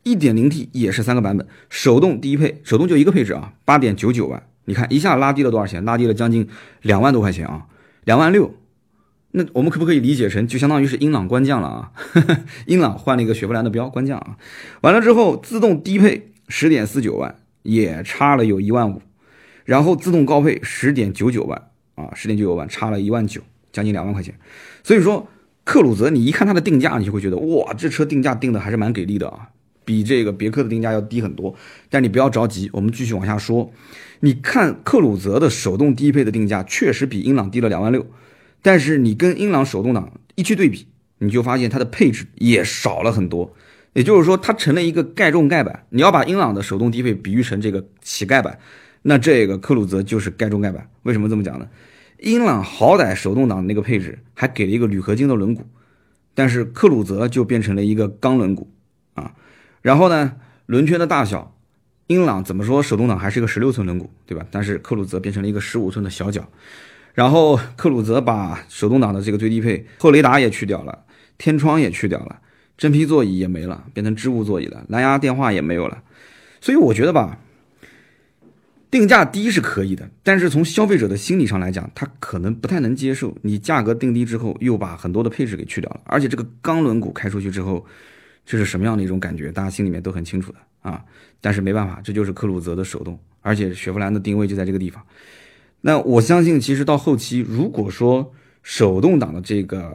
1.0T 也是3个版本，手动低配，手动就一个配置啊 8.99 万。你看一下拉低了多少钱？拉低了将近2万多块钱啊，2万6。那我们可不可以理解成就相当于是英朗官降了啊？英朗换了一个雪佛兰的标官降啊。完了之后自动低配 10.49 万，也差了有1万5。然后自动高配 10.99 万啊 10.99 万，差了1万9，将近2万块钱。所以说克鲁泽你一看它的定价，你就会觉得哇，这车定价定的还是蛮给力的啊，比这个别克的定价要低很多。但你不要着急，我们继续往下说。你看克鲁泽的手动低配的定价确实比英朗低了2万6，但是你跟英朗手动挡一去对比，你就发现它的配置也少了很多。也就是说它成了一个盖中盖版。你要把英朗的手动低配比喻成这个乞丐版，那这个克鲁泽就是盖中盖版。为什么这么讲呢？英朗好歹手动挡那个配置还给了一个铝合金的轮毂，但是克鲁泽就变成了一个钢轮毂啊。然后呢，轮圈的大小，英朗怎么说手动挡还是一个16寸轮毂，对吧？但是克鲁泽变成了一个15寸的小脚。然后克鲁泽把手动挡的这个最低配后雷达也去掉了，天窗也去掉了，真皮座椅也没了，变成织物座椅了，蓝牙电话也没有了。所以我觉得吧，定价低是可以的，但是从消费者的心理上来讲，他可能不太能接受你价格定低之后又把很多的配置给去掉了。而且这个钢轮毂开出去之后，这是什么样的一种感觉，大家心里面都很清楚的啊。但是没办法，这就是克鲁泽的手动，而且雪佛兰的定位就在这个地方。那我相信其实到后期，如果说手动挡的这个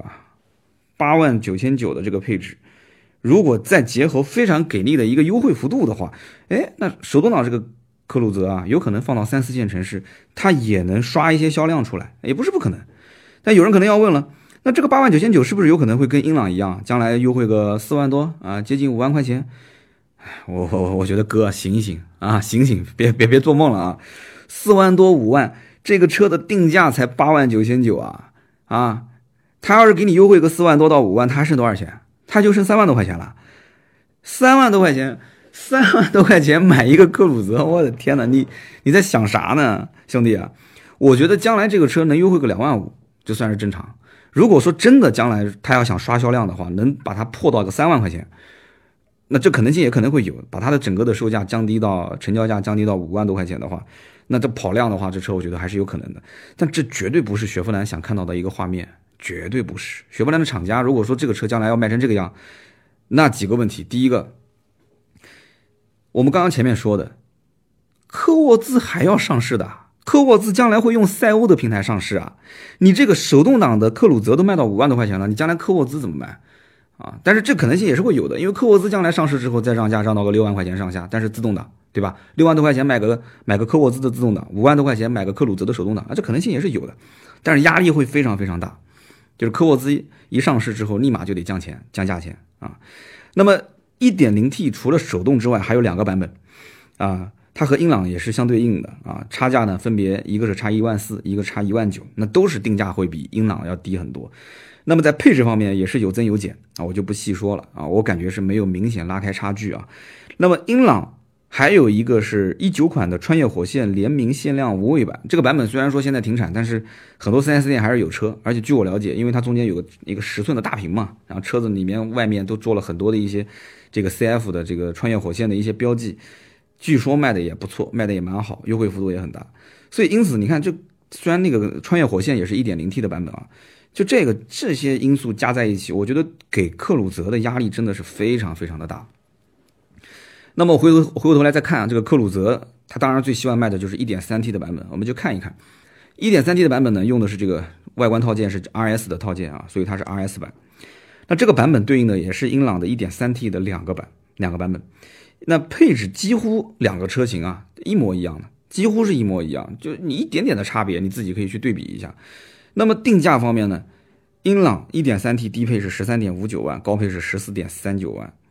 89900的这个配置，如果再结合非常给力的一个优惠幅度的话，那手动挡这个克鲁泽啊，有可能放到3、4线城市，它也能刷一些销量出来，也不是不可能。但有人可能要问了，那这个89900是不是有可能会跟英朗一样，将来优惠个4万多啊，接近5万块钱？我觉得哥醒一醒啊，醒醒，别做梦了啊！4万多5万，这个车的定价才89900啊！他要是给你优惠个4万多到5万，他还剩多少钱？他就剩3万多块钱了。3万多块钱，3万多块钱买一个克鲁泽，我的天哪！你在想啥呢，兄弟啊？我觉得将来这个车能优惠个2万5，就算是正常。如果说真的将来他要想刷销量的话，能把它破到个3万块钱，那这可能性也可能会有，把它的整个的售价降低到成交价降低到5万多块钱的话，那这跑量的话，这车我觉得还是有可能的。但这绝对不是雪佛兰想看到的一个画面，绝对不是。雪佛兰的厂家如果说这个车将来要卖成这个样，那几个问题。第一个，我们刚刚前面说的，科沃兹还要上市的，科沃兹将来会用赛欧的平台上市啊。你这个手动挡的克鲁泽都卖到5万多块钱了，你将来科沃兹怎么卖啊？但是这可能性也是会有的，因为科沃兹将来上市之后再让价让到个6万块钱上下，但是自动挡，对吧？6万多块钱买个科沃兹的自动挡，5万多块钱买个克鲁泽的手动挡啊，这可能性也是有的，但是压力会非常非常大。就是科沃兹一上市之后，立马就得降价钱啊。那么 1.0T 除了手动之外，还有2个版本啊，它和英朗也是相对应的啊，差价呢分别一个是差1万4，一个差1万9，那都是定价会比英朗要低很多。那么在配置方面也是有增有减啊，我就不细说了啊，我感觉是没有明显拉开差距啊。那么英朗还有一个是19款的穿越火线联名限量无畏版，这个版本虽然说现在停产，但是很多 4S 店还是有车，而且据我了解，因为它中间有一个10寸的大屏嘛，然后车子里面外面都做了很多的一些这个 CF 的这个穿越火线的一些标记，据说卖的也不错，卖的也蛮好，优惠幅度也很大。所以因此你看，就虽然那个穿越火线也是 1.0T 的版本啊，就这些因素加在一起，我觉得给克鲁泽的压力真的是非常非常的大。那么回过头来再看啊，这个克鲁泽它当然最希望卖的就是 1.3T 的版本，我们就看一看 1.3T 的版本呢，用的是这个外观套件是 RS 的套件啊，所以它是 RS 版。那这个版本对应的也是英朗的 1.3T 的两个版本。那配置几乎两个车型啊一模一样的，几乎是一模一样，就你一点点的差别你自己可以去对比一下。那么定价方面呢，英朗 1.3T 低配是 13.59 万，高配是 14.39 万。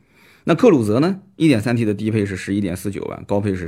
那克鲁泽呢 1.3T 的低配是 11.49 万，高配是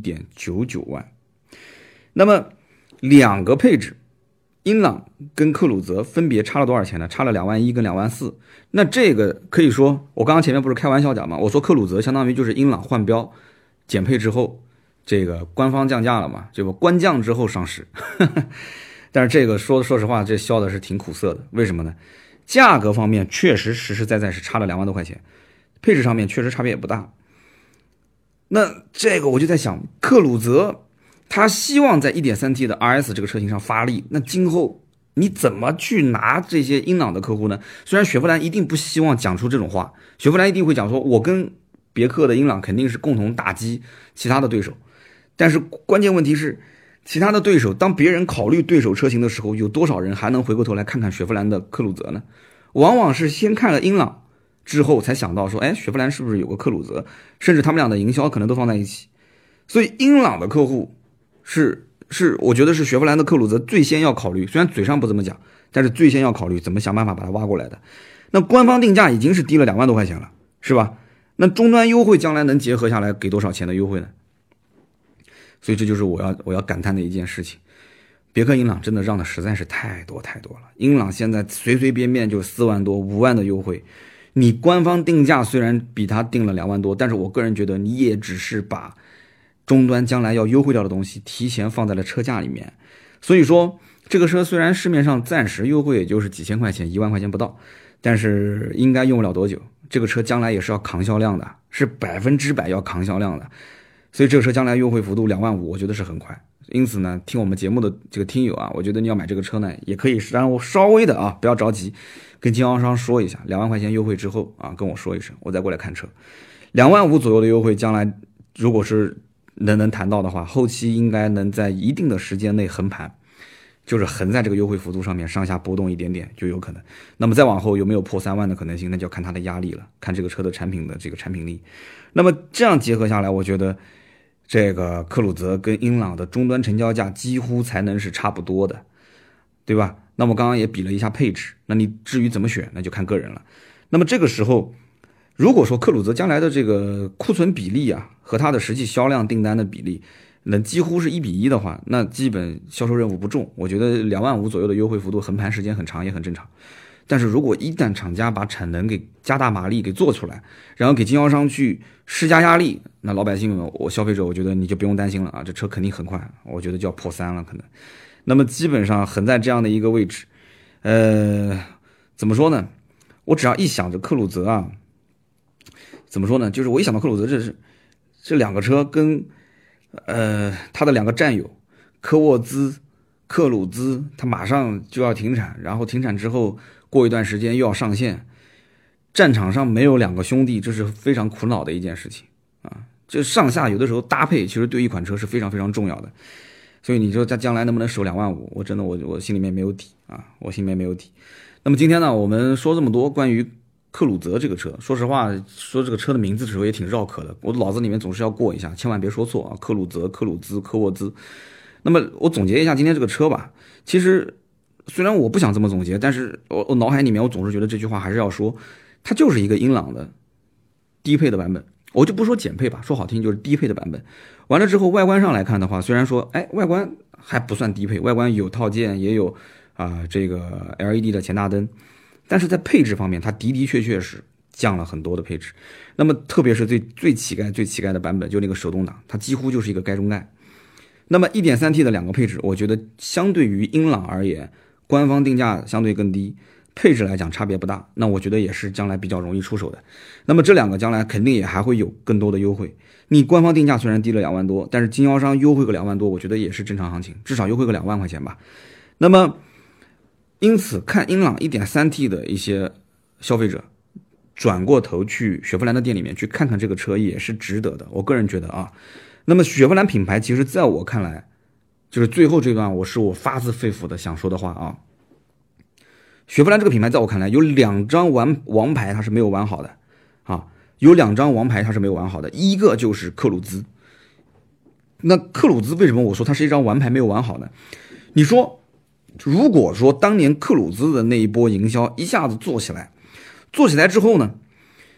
11.99 万。那么两个配置，英朗跟克鲁泽分别差了多少钱呢？差了2万1跟2万4。那这个可以说，我刚刚前面不是开玩笑讲吗？我说克鲁泽相当于就是英朗换标减配之后，这个官方降价了嘛，这个官降之后上市。但是这个说实话，这销的是挺苦涩的。为什么呢？价格方面确实实实在在是差了2万多块钱，配置上面确实差别也不大。那这个我就在想，克鲁泽他希望在 1.3T 的 RS 这个车型上发力，那今后你怎么去拿这些英朗的客户呢？虽然雪佛兰一定不希望讲出这种话，雪佛兰一定会讲说，我跟别克的英朗肯定是共同打击其他的对手，但是关键问题是，其他的对手，当别人考虑对手车型的时候，有多少人还能回过头来看看雪佛兰的克鲁泽呢？往往是先看了英朗之后才想到说，哎，雪佛兰是不是有个克鲁泽，甚至他们俩的营销可能都放在一起。所以英朗的客户是我觉得是雪佛兰的克鲁泽最先要考虑，虽然嘴上不这么讲，但是最先要考虑怎么想办法把它挖过来的。那官方定价已经是低了2万多块钱了，是吧？那终端优惠将来能结合下来给多少钱的优惠呢？所以这就是我要感叹的一件事情。别克英朗真的让的实在是太多太多了，英朗现在随随便便就4万多5万的优惠，你官方定价虽然比它定了2万多，但是我个人觉得你也只是把终端将来要优惠掉的东西提前放在了车价里面。所以说这个车虽然市面上暂时优惠也就是几千块钱1万块钱不到，但是应该用不了多久，这个车将来也是要扛销量的，是100%要扛销量的。所以这个车将来优惠幅度2万5，我觉得是很快。因此呢，听我们节目的这个听友啊，我觉得你要买这个车呢，也可以让我稍微的啊，不要着急，跟经销商说一下，2万块钱优惠之后啊，跟我说一声，我再过来看车。2万5左右的优惠，将来如果是能谈到的话，后期应该能在一定的时间内横盘，就是横在这个优惠幅度上面上下波动一点点就有可能。那么再往后有没有破3万的可能性，那就要看它的压力了，看这个车的产品的这个产品力。那么这样结合下来，我觉得这个克鲁泽跟英朗的终端成交价几乎才能是差不多的，对吧？那么刚刚也比了一下配置，那你至于怎么选，那就看个人了。那么这个时候，如果说克鲁泽将来的这个库存比例啊，和它的实际销量订单的比例能几乎是1比1的话，那基本销售任务不重。我觉得2万5左右的优惠幅度横盘时间很长也很正常。但是如果一旦厂家把产能给加大马力给做出来，然后给经销商去施加压力，那老百姓我消费者我觉得你就不用担心了啊，这车肯定很快，我觉得就要破3了可能。那么基本上横在这样的一个位置，怎么说呢？我只要一想着克鲁泽啊，怎么说呢？就是我一想到克鲁泽，这两个车跟它的2个战友科沃兹、克鲁兹，它马上就要停产，然后停产之后过一段时间又要上线，战场上没有2个兄弟，这是非常苦恼的一件事情啊！这上下有的时候搭配，其实对一款车是非常非常重要的。所以你说它将来能不能守2万5，我真的我心里面没有底啊，我心里面没有底。那么今天呢，我们说这么多关于克鲁泽这个车，说实话，说这个车的名字的时候也挺绕口的，我脑子里面总是要过一下，千万别说错啊！克鲁泽、克鲁兹、科沃兹。那么我总结一下今天这个车吧，其实虽然我不想这么总结，但是我脑海里面我总是觉得这句话还是要说，它就是一个英朗的低配的版本，我就不说减配吧，说好听就是低配的版本。完了之后外观上来看的话，虽然说外观还不算低配，外观有套件也有这个 LED 的前大灯，但是在配置方面它的确是降了很多的配置。那么特别是最乞丐的版本，就那个手动挡，它几乎就是一个盖中盖。那么 1.3T 的2个配置，我觉得相对于英朗而言，官方定价相对更低，配置来讲差别不大，那我觉得也是将来比较容易出手的。那么这2个将来肯定也还会有更多的优惠。你官方定价虽然低了2万多，但是经销商优惠个2万多，我觉得也是正常行情，至少优惠个2万块钱吧。那么因此看英朗 1.3T 的一些消费者转过头去雪佛兰的店里面去看看这个车也是值得的，我个人觉得啊。那么雪佛兰品牌其实在我看来，就是最后这段我发自肺腑的想说的话啊。雪佛兰这个品牌在我看来有2张王牌它是没有玩好的啊，有2张王牌它是没有玩好的，一个就是克鲁兹。那克鲁兹为什么我说它是一张王牌没有玩好呢？你说如果说当年克鲁兹的那一波营销一下子做起来之后呢，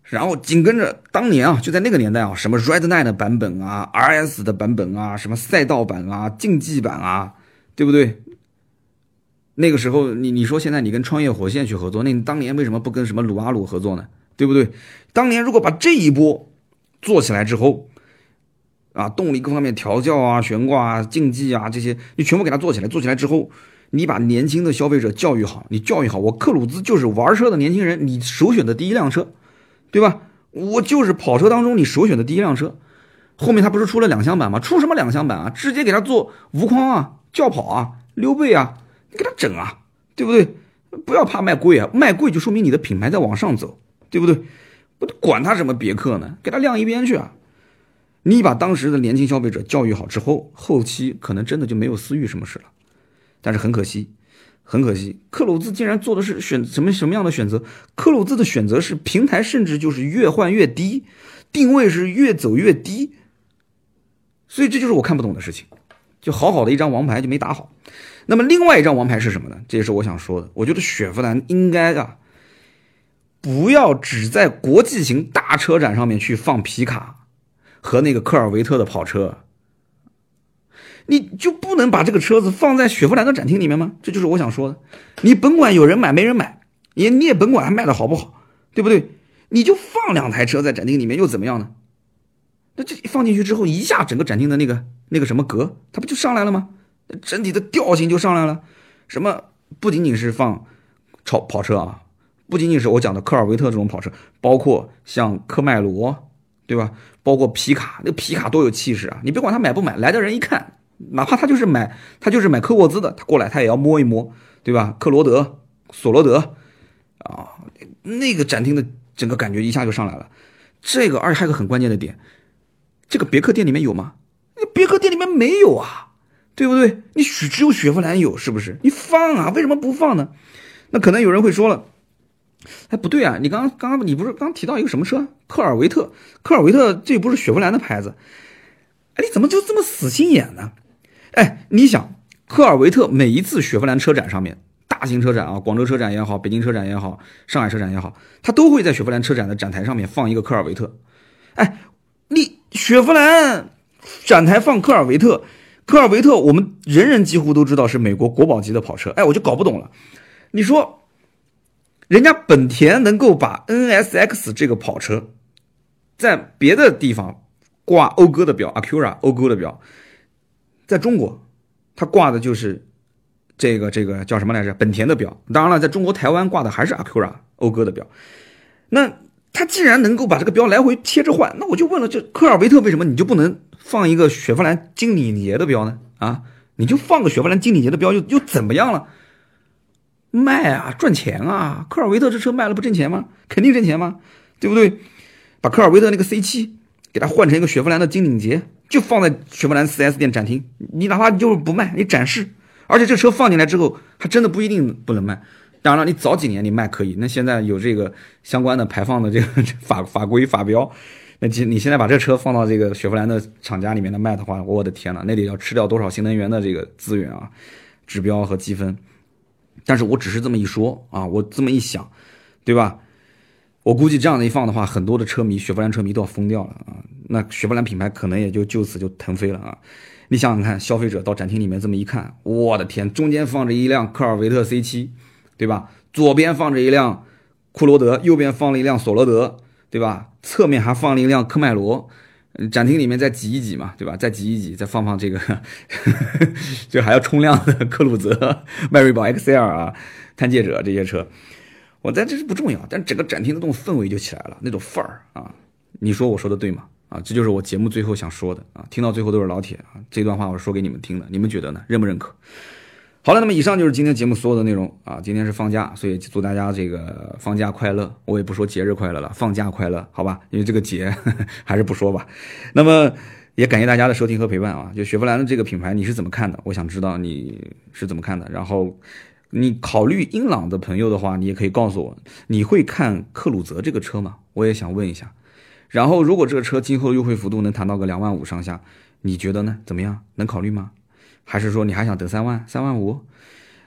然后紧跟着当年啊，就在那个年代啊，什么 Redline 的版本啊 ，RS 的版本啊，什么赛道版啊，竞技版啊，对不对？那个时候你说现在你跟创业火线去合作，那你当年为什么不跟什么鲁阿鲁合作呢？对不对？当年如果把这一波做起来之后啊，动力各方面调教啊、悬挂啊、竞技啊这些，你全部给它做起来，做起来之后，你把年轻的消费者教育好，你教育好，我克鲁兹就是玩车的年轻人，你首选的第一辆车。对吧？我就是跑车当中你首选的第一辆车，后面它不是出了2厢版吗？出什么2厢版啊？直接给它做无框啊、轿跑啊、溜背啊，你给它整啊，对不对？不要怕卖贵啊，卖贵就说明你的品牌在往上走，对不对？不管它什么别克呢，给它晾一边去啊！你把当时的年轻消费者教育好之后，后期可能真的就没有思域什么事了。但是很可惜，克鲁兹竟然做的是什么样的选择？克鲁兹的选择是平台甚至就是越换越低，定位是越走越低，所以这就是我看不懂的事情。就好好的一张王牌就没打好。那么另外一张王牌是什么呢？这也是我想说的。我觉得雪佛兰应该不要只在国际型大车展上面去放皮卡和那个科尔维特的跑车。你就不能把这个车子放在雪佛兰的展厅里面吗？这就是我想说的。你甭管有人买没人买，你也甭管它卖的好不好，对不对？你就放2台车在展厅里面又怎么样呢？那这放进去之后，一下整个展厅的那个什么格，它不就上来了吗？整体的调性就上来了。什么不仅仅是放跑车啊，不仅仅是我讲的科尔维特这种跑车，包括像科迈罗，对吧？包括皮卡，那个皮卡多有气势啊！你别管他买不买，来的人一看，哪怕他就是买科沃兹的，他过来他也要摸一摸，对吧？克罗德、索罗德啊，那个展厅的整个感觉一下就上来了。这个而且还有个很关键的点，这个别克店里面有吗？那别克店里面没有啊，对不对？你只有雪佛兰有，是不是？你放啊，为什么不放呢？那可能有人会说了，哎，不对啊，你刚刚你不是刚提到一个什么车？科尔维特这不是雪佛兰的牌子，哎，你怎么就这么死心眼呢？哎，你想，科尔维特每一次雪佛兰车展上面，大型车展啊，广州车展也好，北京车展也好，上海车展也好，它都会在雪佛兰车展的展台上面放一个科尔维特。哎，你雪佛兰展台放科尔维特，我们人人几乎都知道是美国国宝级的跑车。哎，我就搞不懂了，你说人家本田能够把 NSX 这个跑车在别的地方挂讴歌的标 Acura 讴歌的标，在中国它挂的就是这个叫什么来着？本田的标。当然了，在中国台湾挂的还是 Acura 讴歌的标。那它既然能够把这个标来回贴着换，那我就问了，这科尔维特为什么你就不能放一个雪佛兰经理节的标呢？啊，你就放个雪佛兰经理节的标又怎么样了？卖啊，赚钱啊！科尔维特这车卖了不挣钱吗？肯定挣钱吗？对不对？把科尔维特那个 C7 给它换成一个雪佛兰的精领节，就放在雪佛兰 4S 店展厅，你哪怕你就是不卖，你展示。而且这车放进来之后，还真的不一定不能卖。当然了，你早几年你卖可以，那现在有这个相关的排放的这个法规法标，那你现在把这车放到这个雪佛兰的厂家里面的卖的话，我的天哪，那得要吃掉多少新能源的这个资源啊、指标和积分。但是我只是这么一说啊，我这么一想，对吧？我估计这样的一放的话，很多的车迷，雪佛兰车迷都要疯掉了啊！那雪佛兰品牌可能也就此就腾飞了啊！你想想看，消费者到展厅里面这么一看，我的天，中间放着一辆科尔维特 C7， 对吧？左边放着一辆库罗德，右边放了一辆索罗德，对吧？侧面还放了一辆科迈罗。展厅里面再挤一挤嘛，对吧？再挤一挤，再放这个就还要冲量的克鲁泽、迈锐宝 XL 啊、探界者这些车，但这是不重要，但整个展厅的那种氛围就起来了，那种范儿啊！你说我说的对吗？啊，这就是我节目最后想说的啊！听到最后都是老铁啊，这段话我说给你们听的，你们觉得呢？认不认可？好了，那么以上就是今天节目所有的内容啊。今天是放假，所以祝大家这个放假快乐。我也不说节日快乐了，放假快乐，好吧？因为这个节还是不说吧。那么也感谢大家的收听和陪伴啊。就雪佛兰的这个品牌，你是怎么看的？我想知道你是怎么看的。然后你考虑英朗的朋友的话，你也可以告诉我，你会看克鲁泽这个车吗？我也想问一下。然后如果这个车今后优惠幅度能谈到个2万5上下，你觉得呢？怎么样？能考虑吗？还是说你还想等3万、3万5？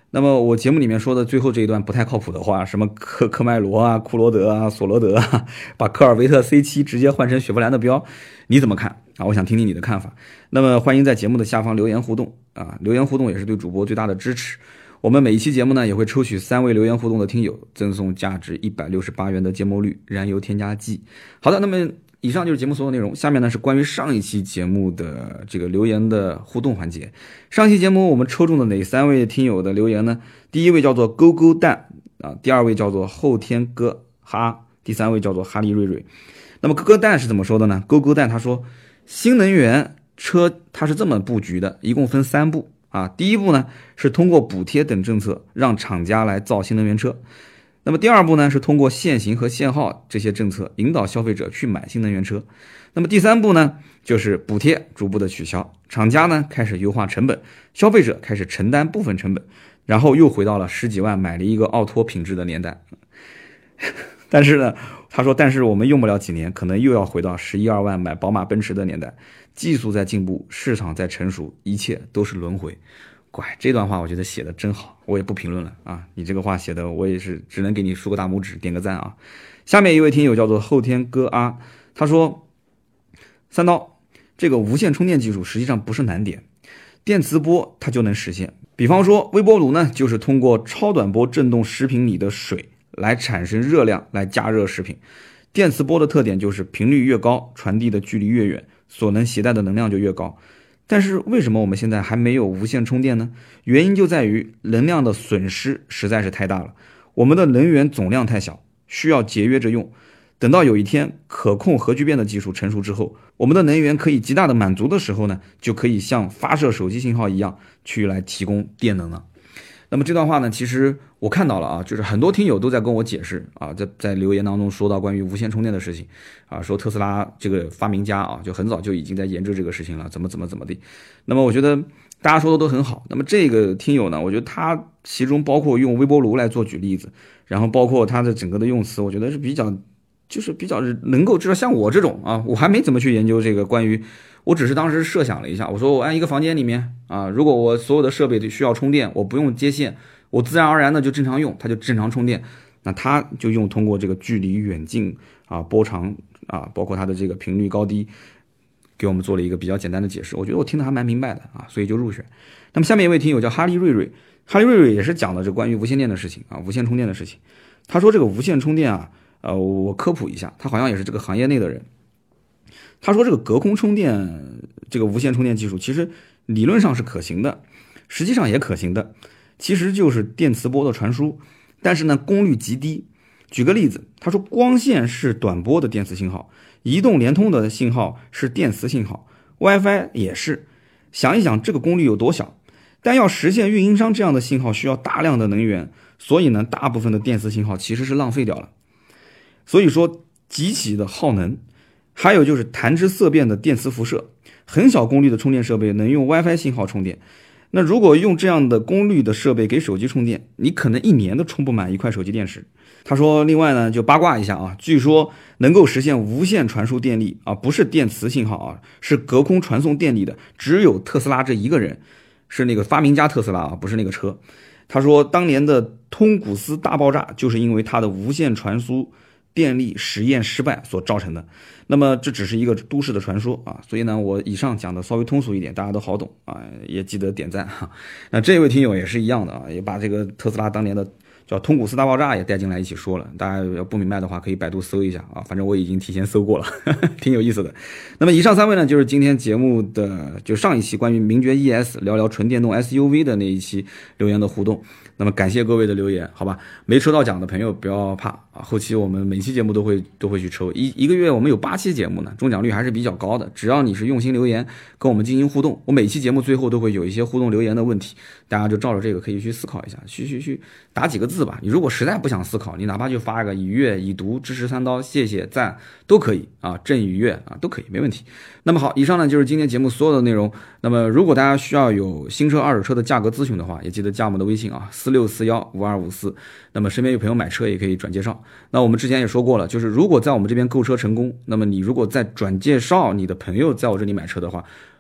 那么我节目里面说的最后这一段不太靠谱的话，什么科迈罗啊、库罗德啊、索罗德啊，把科尔维特 C7 直接换成雪佛兰的标，你怎么看啊？我想听听你的看法。那么欢迎在节目的下方留言互动啊，留言互动也是对主播最大的支持。我们每一期节目呢也会抽取3位留言互动的听友，赠送价值168元的芥末绿燃油添加剂。好的，那么以上就是节目所有内容，下面呢是关于上一期节目的这个留言的互动环节。上期节目我们抽中的哪3位听友的留言呢？第一位叫做勾勾蛋啊，第二位叫做后天哥哈，第三位叫做哈利瑞瑞。那么勾勾蛋是怎么说的呢？勾勾蛋他说，新能源车它是这么布局的，一共分3步啊。第一步呢是通过补贴等政策让厂家来造新能源车。那么第二步呢是通过限行和限号这些政策引导消费者去买新能源车。那么第三步呢就是补贴逐步的取消，厂家呢开始优化成本，消费者开始承担部分成本，然后又回到了10几万买了一个奥拓品质的年代。但是呢他说，但是我们用不了几年，可能又要回到11、12万买宝马奔驰的年代。技术在进步，市场在成熟，一切都是轮回。乖，这段话我觉得写的真好，我也不评论了啊！你这个话写的，我也是只能给你竖个大拇指，点个赞啊！下面一位听友叫做后天哥啊，他说：三刀，这个无线充电技术实际上不是难点，电磁波它就能实现。比方说微波炉呢，就是通过超短波振动食品里的水来产生热量来加热食品。电磁波的特点就是频率越高，传递的距离越远，所能携带的能量就越高。但是为什么我们现在还没有无线充电呢？原因就在于能量的损失实在是太大了，我们的能源总量太小，需要节约着用。等到有一天可控核聚变的技术成熟之后，我们的能源可以极大的满足的时候呢，就可以像发射手机信号一样去来提供电能了。那么这段话呢，其实我看到了啊，就是很多听友都在跟我解释啊，在留言当中说到关于无线充电的事情啊，说特斯拉这个发明家啊，就很早就已经在研制这个事情了，怎么的。那么我觉得大家说的都很好。那么这个听友呢，我觉得他其中包括用微波炉来做举例子，然后包括他的整个的用词，我觉得是比较能够知道，像我这种啊，我还没怎么去研究这个关于。我只是当时设想了一下，我说我按一个房间里面啊，如果我所有的设备需要充电，我不用接线，我自然而然的就正常用，它就正常充电。那它就通过这个距离远近啊、波长啊，包括它的这个频率高低，给我们做了一个比较简单的解释。我觉得我听得还蛮明白的啊，所以就入选。那么下面一位听友叫哈利瑞瑞，哈利瑞瑞也是讲的这关于无线电的事情啊，无线充电的事情。他说这个无线充电啊，我科普一下，他好像也是这个行业内的人。他说这个隔空充电，这个无线充电技术其实理论上是可行的，实际上也可行的，其实就是电磁波的传输，但是呢功率极低。举个例子，他说光线是短波的电磁信号，移动联通的信号是电磁信号， WiFi 也是。想一想这个功率有多小，但要实现运营商这样的信号需要大量的能源，所以呢大部分的电磁信号其实是浪费掉了，所以说极其的耗能。还有就是弹指色变的电磁辐射，很小功率的充电设备能用 WiFi 信号充电。那如果用这样的功率的设备给手机充电，你可能1年都充不满一块手机电池。他说另外呢就八卦一下啊，据说能够实现无线传输电力啊，不是电磁信号啊，是隔空传送电力的，只有特斯拉这一个人，是那个发明家特斯拉啊，不是那个车。他说当年的通古斯大爆炸就是因为它的无线传输电力实验失败所造成的。那么这只是一个都市的传说啊，所以呢我以上讲的稍微通俗一点，大家都好懂啊，也记得点赞哈。那这位听友也是一样的啊，也把这个特斯拉当年的叫通古斯大爆炸也带进来一起说了，大家要不明白的话可以百度搜一下啊，反正我已经提前搜过了，挺有意思的。那么以上3位呢就是今天节目的就上一期关于名爵 ES 聊聊纯电动 SUV 的那一期留言的互动。那么感谢各位的留言，好吧，没抽到奖的朋友不要怕啊，后期我们每期节目都会去抽，一个月我们有8期节目呢，中奖率还是比较高的，只要你是用心留言跟我们进行互动，我每期节目最后都会有一些互动留言的问题，大家就照着这个可以去思考一下，去打几个字吧。你如果实在不想思考，你哪怕就发一个已阅已读支持3刀谢谢赞都可以啊，正与悦啊都可以，没问题。那么好，以上呢就是今天节目所有的内容。那么如果大家需要有新车二手车的价格咨询的话，也记得加我们的微信啊46415254。那么身边有朋友买车也可以转介绍。那我们之前也说过了，就是如果在我们这边购车成功，那么你如果再转介绍你的朋友在我这里买车的话，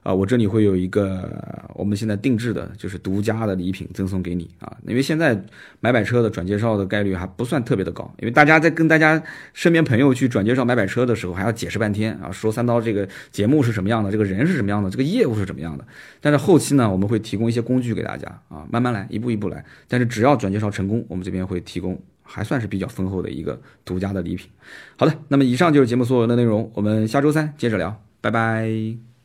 我这里会有一个我们现在定制的就是独家的礼品赠送给你啊，因为现在买摆车的转介绍的概率还不算特别的高，因为大家在跟大家身边朋友去转介绍买摆车的时候还要解释半天啊，说三刀这个节目是什么样的，这个人是什么样的，这个业务是怎么样的。但是后期呢，我们会提供一些工具给大家啊，慢慢来，一步一步来。但是只要转介绍成功，我们这边会提供还算是比较丰厚的一个独家的礼品。好的，那么以上就是节目所有的内容，我们下周三接着聊，拜拜。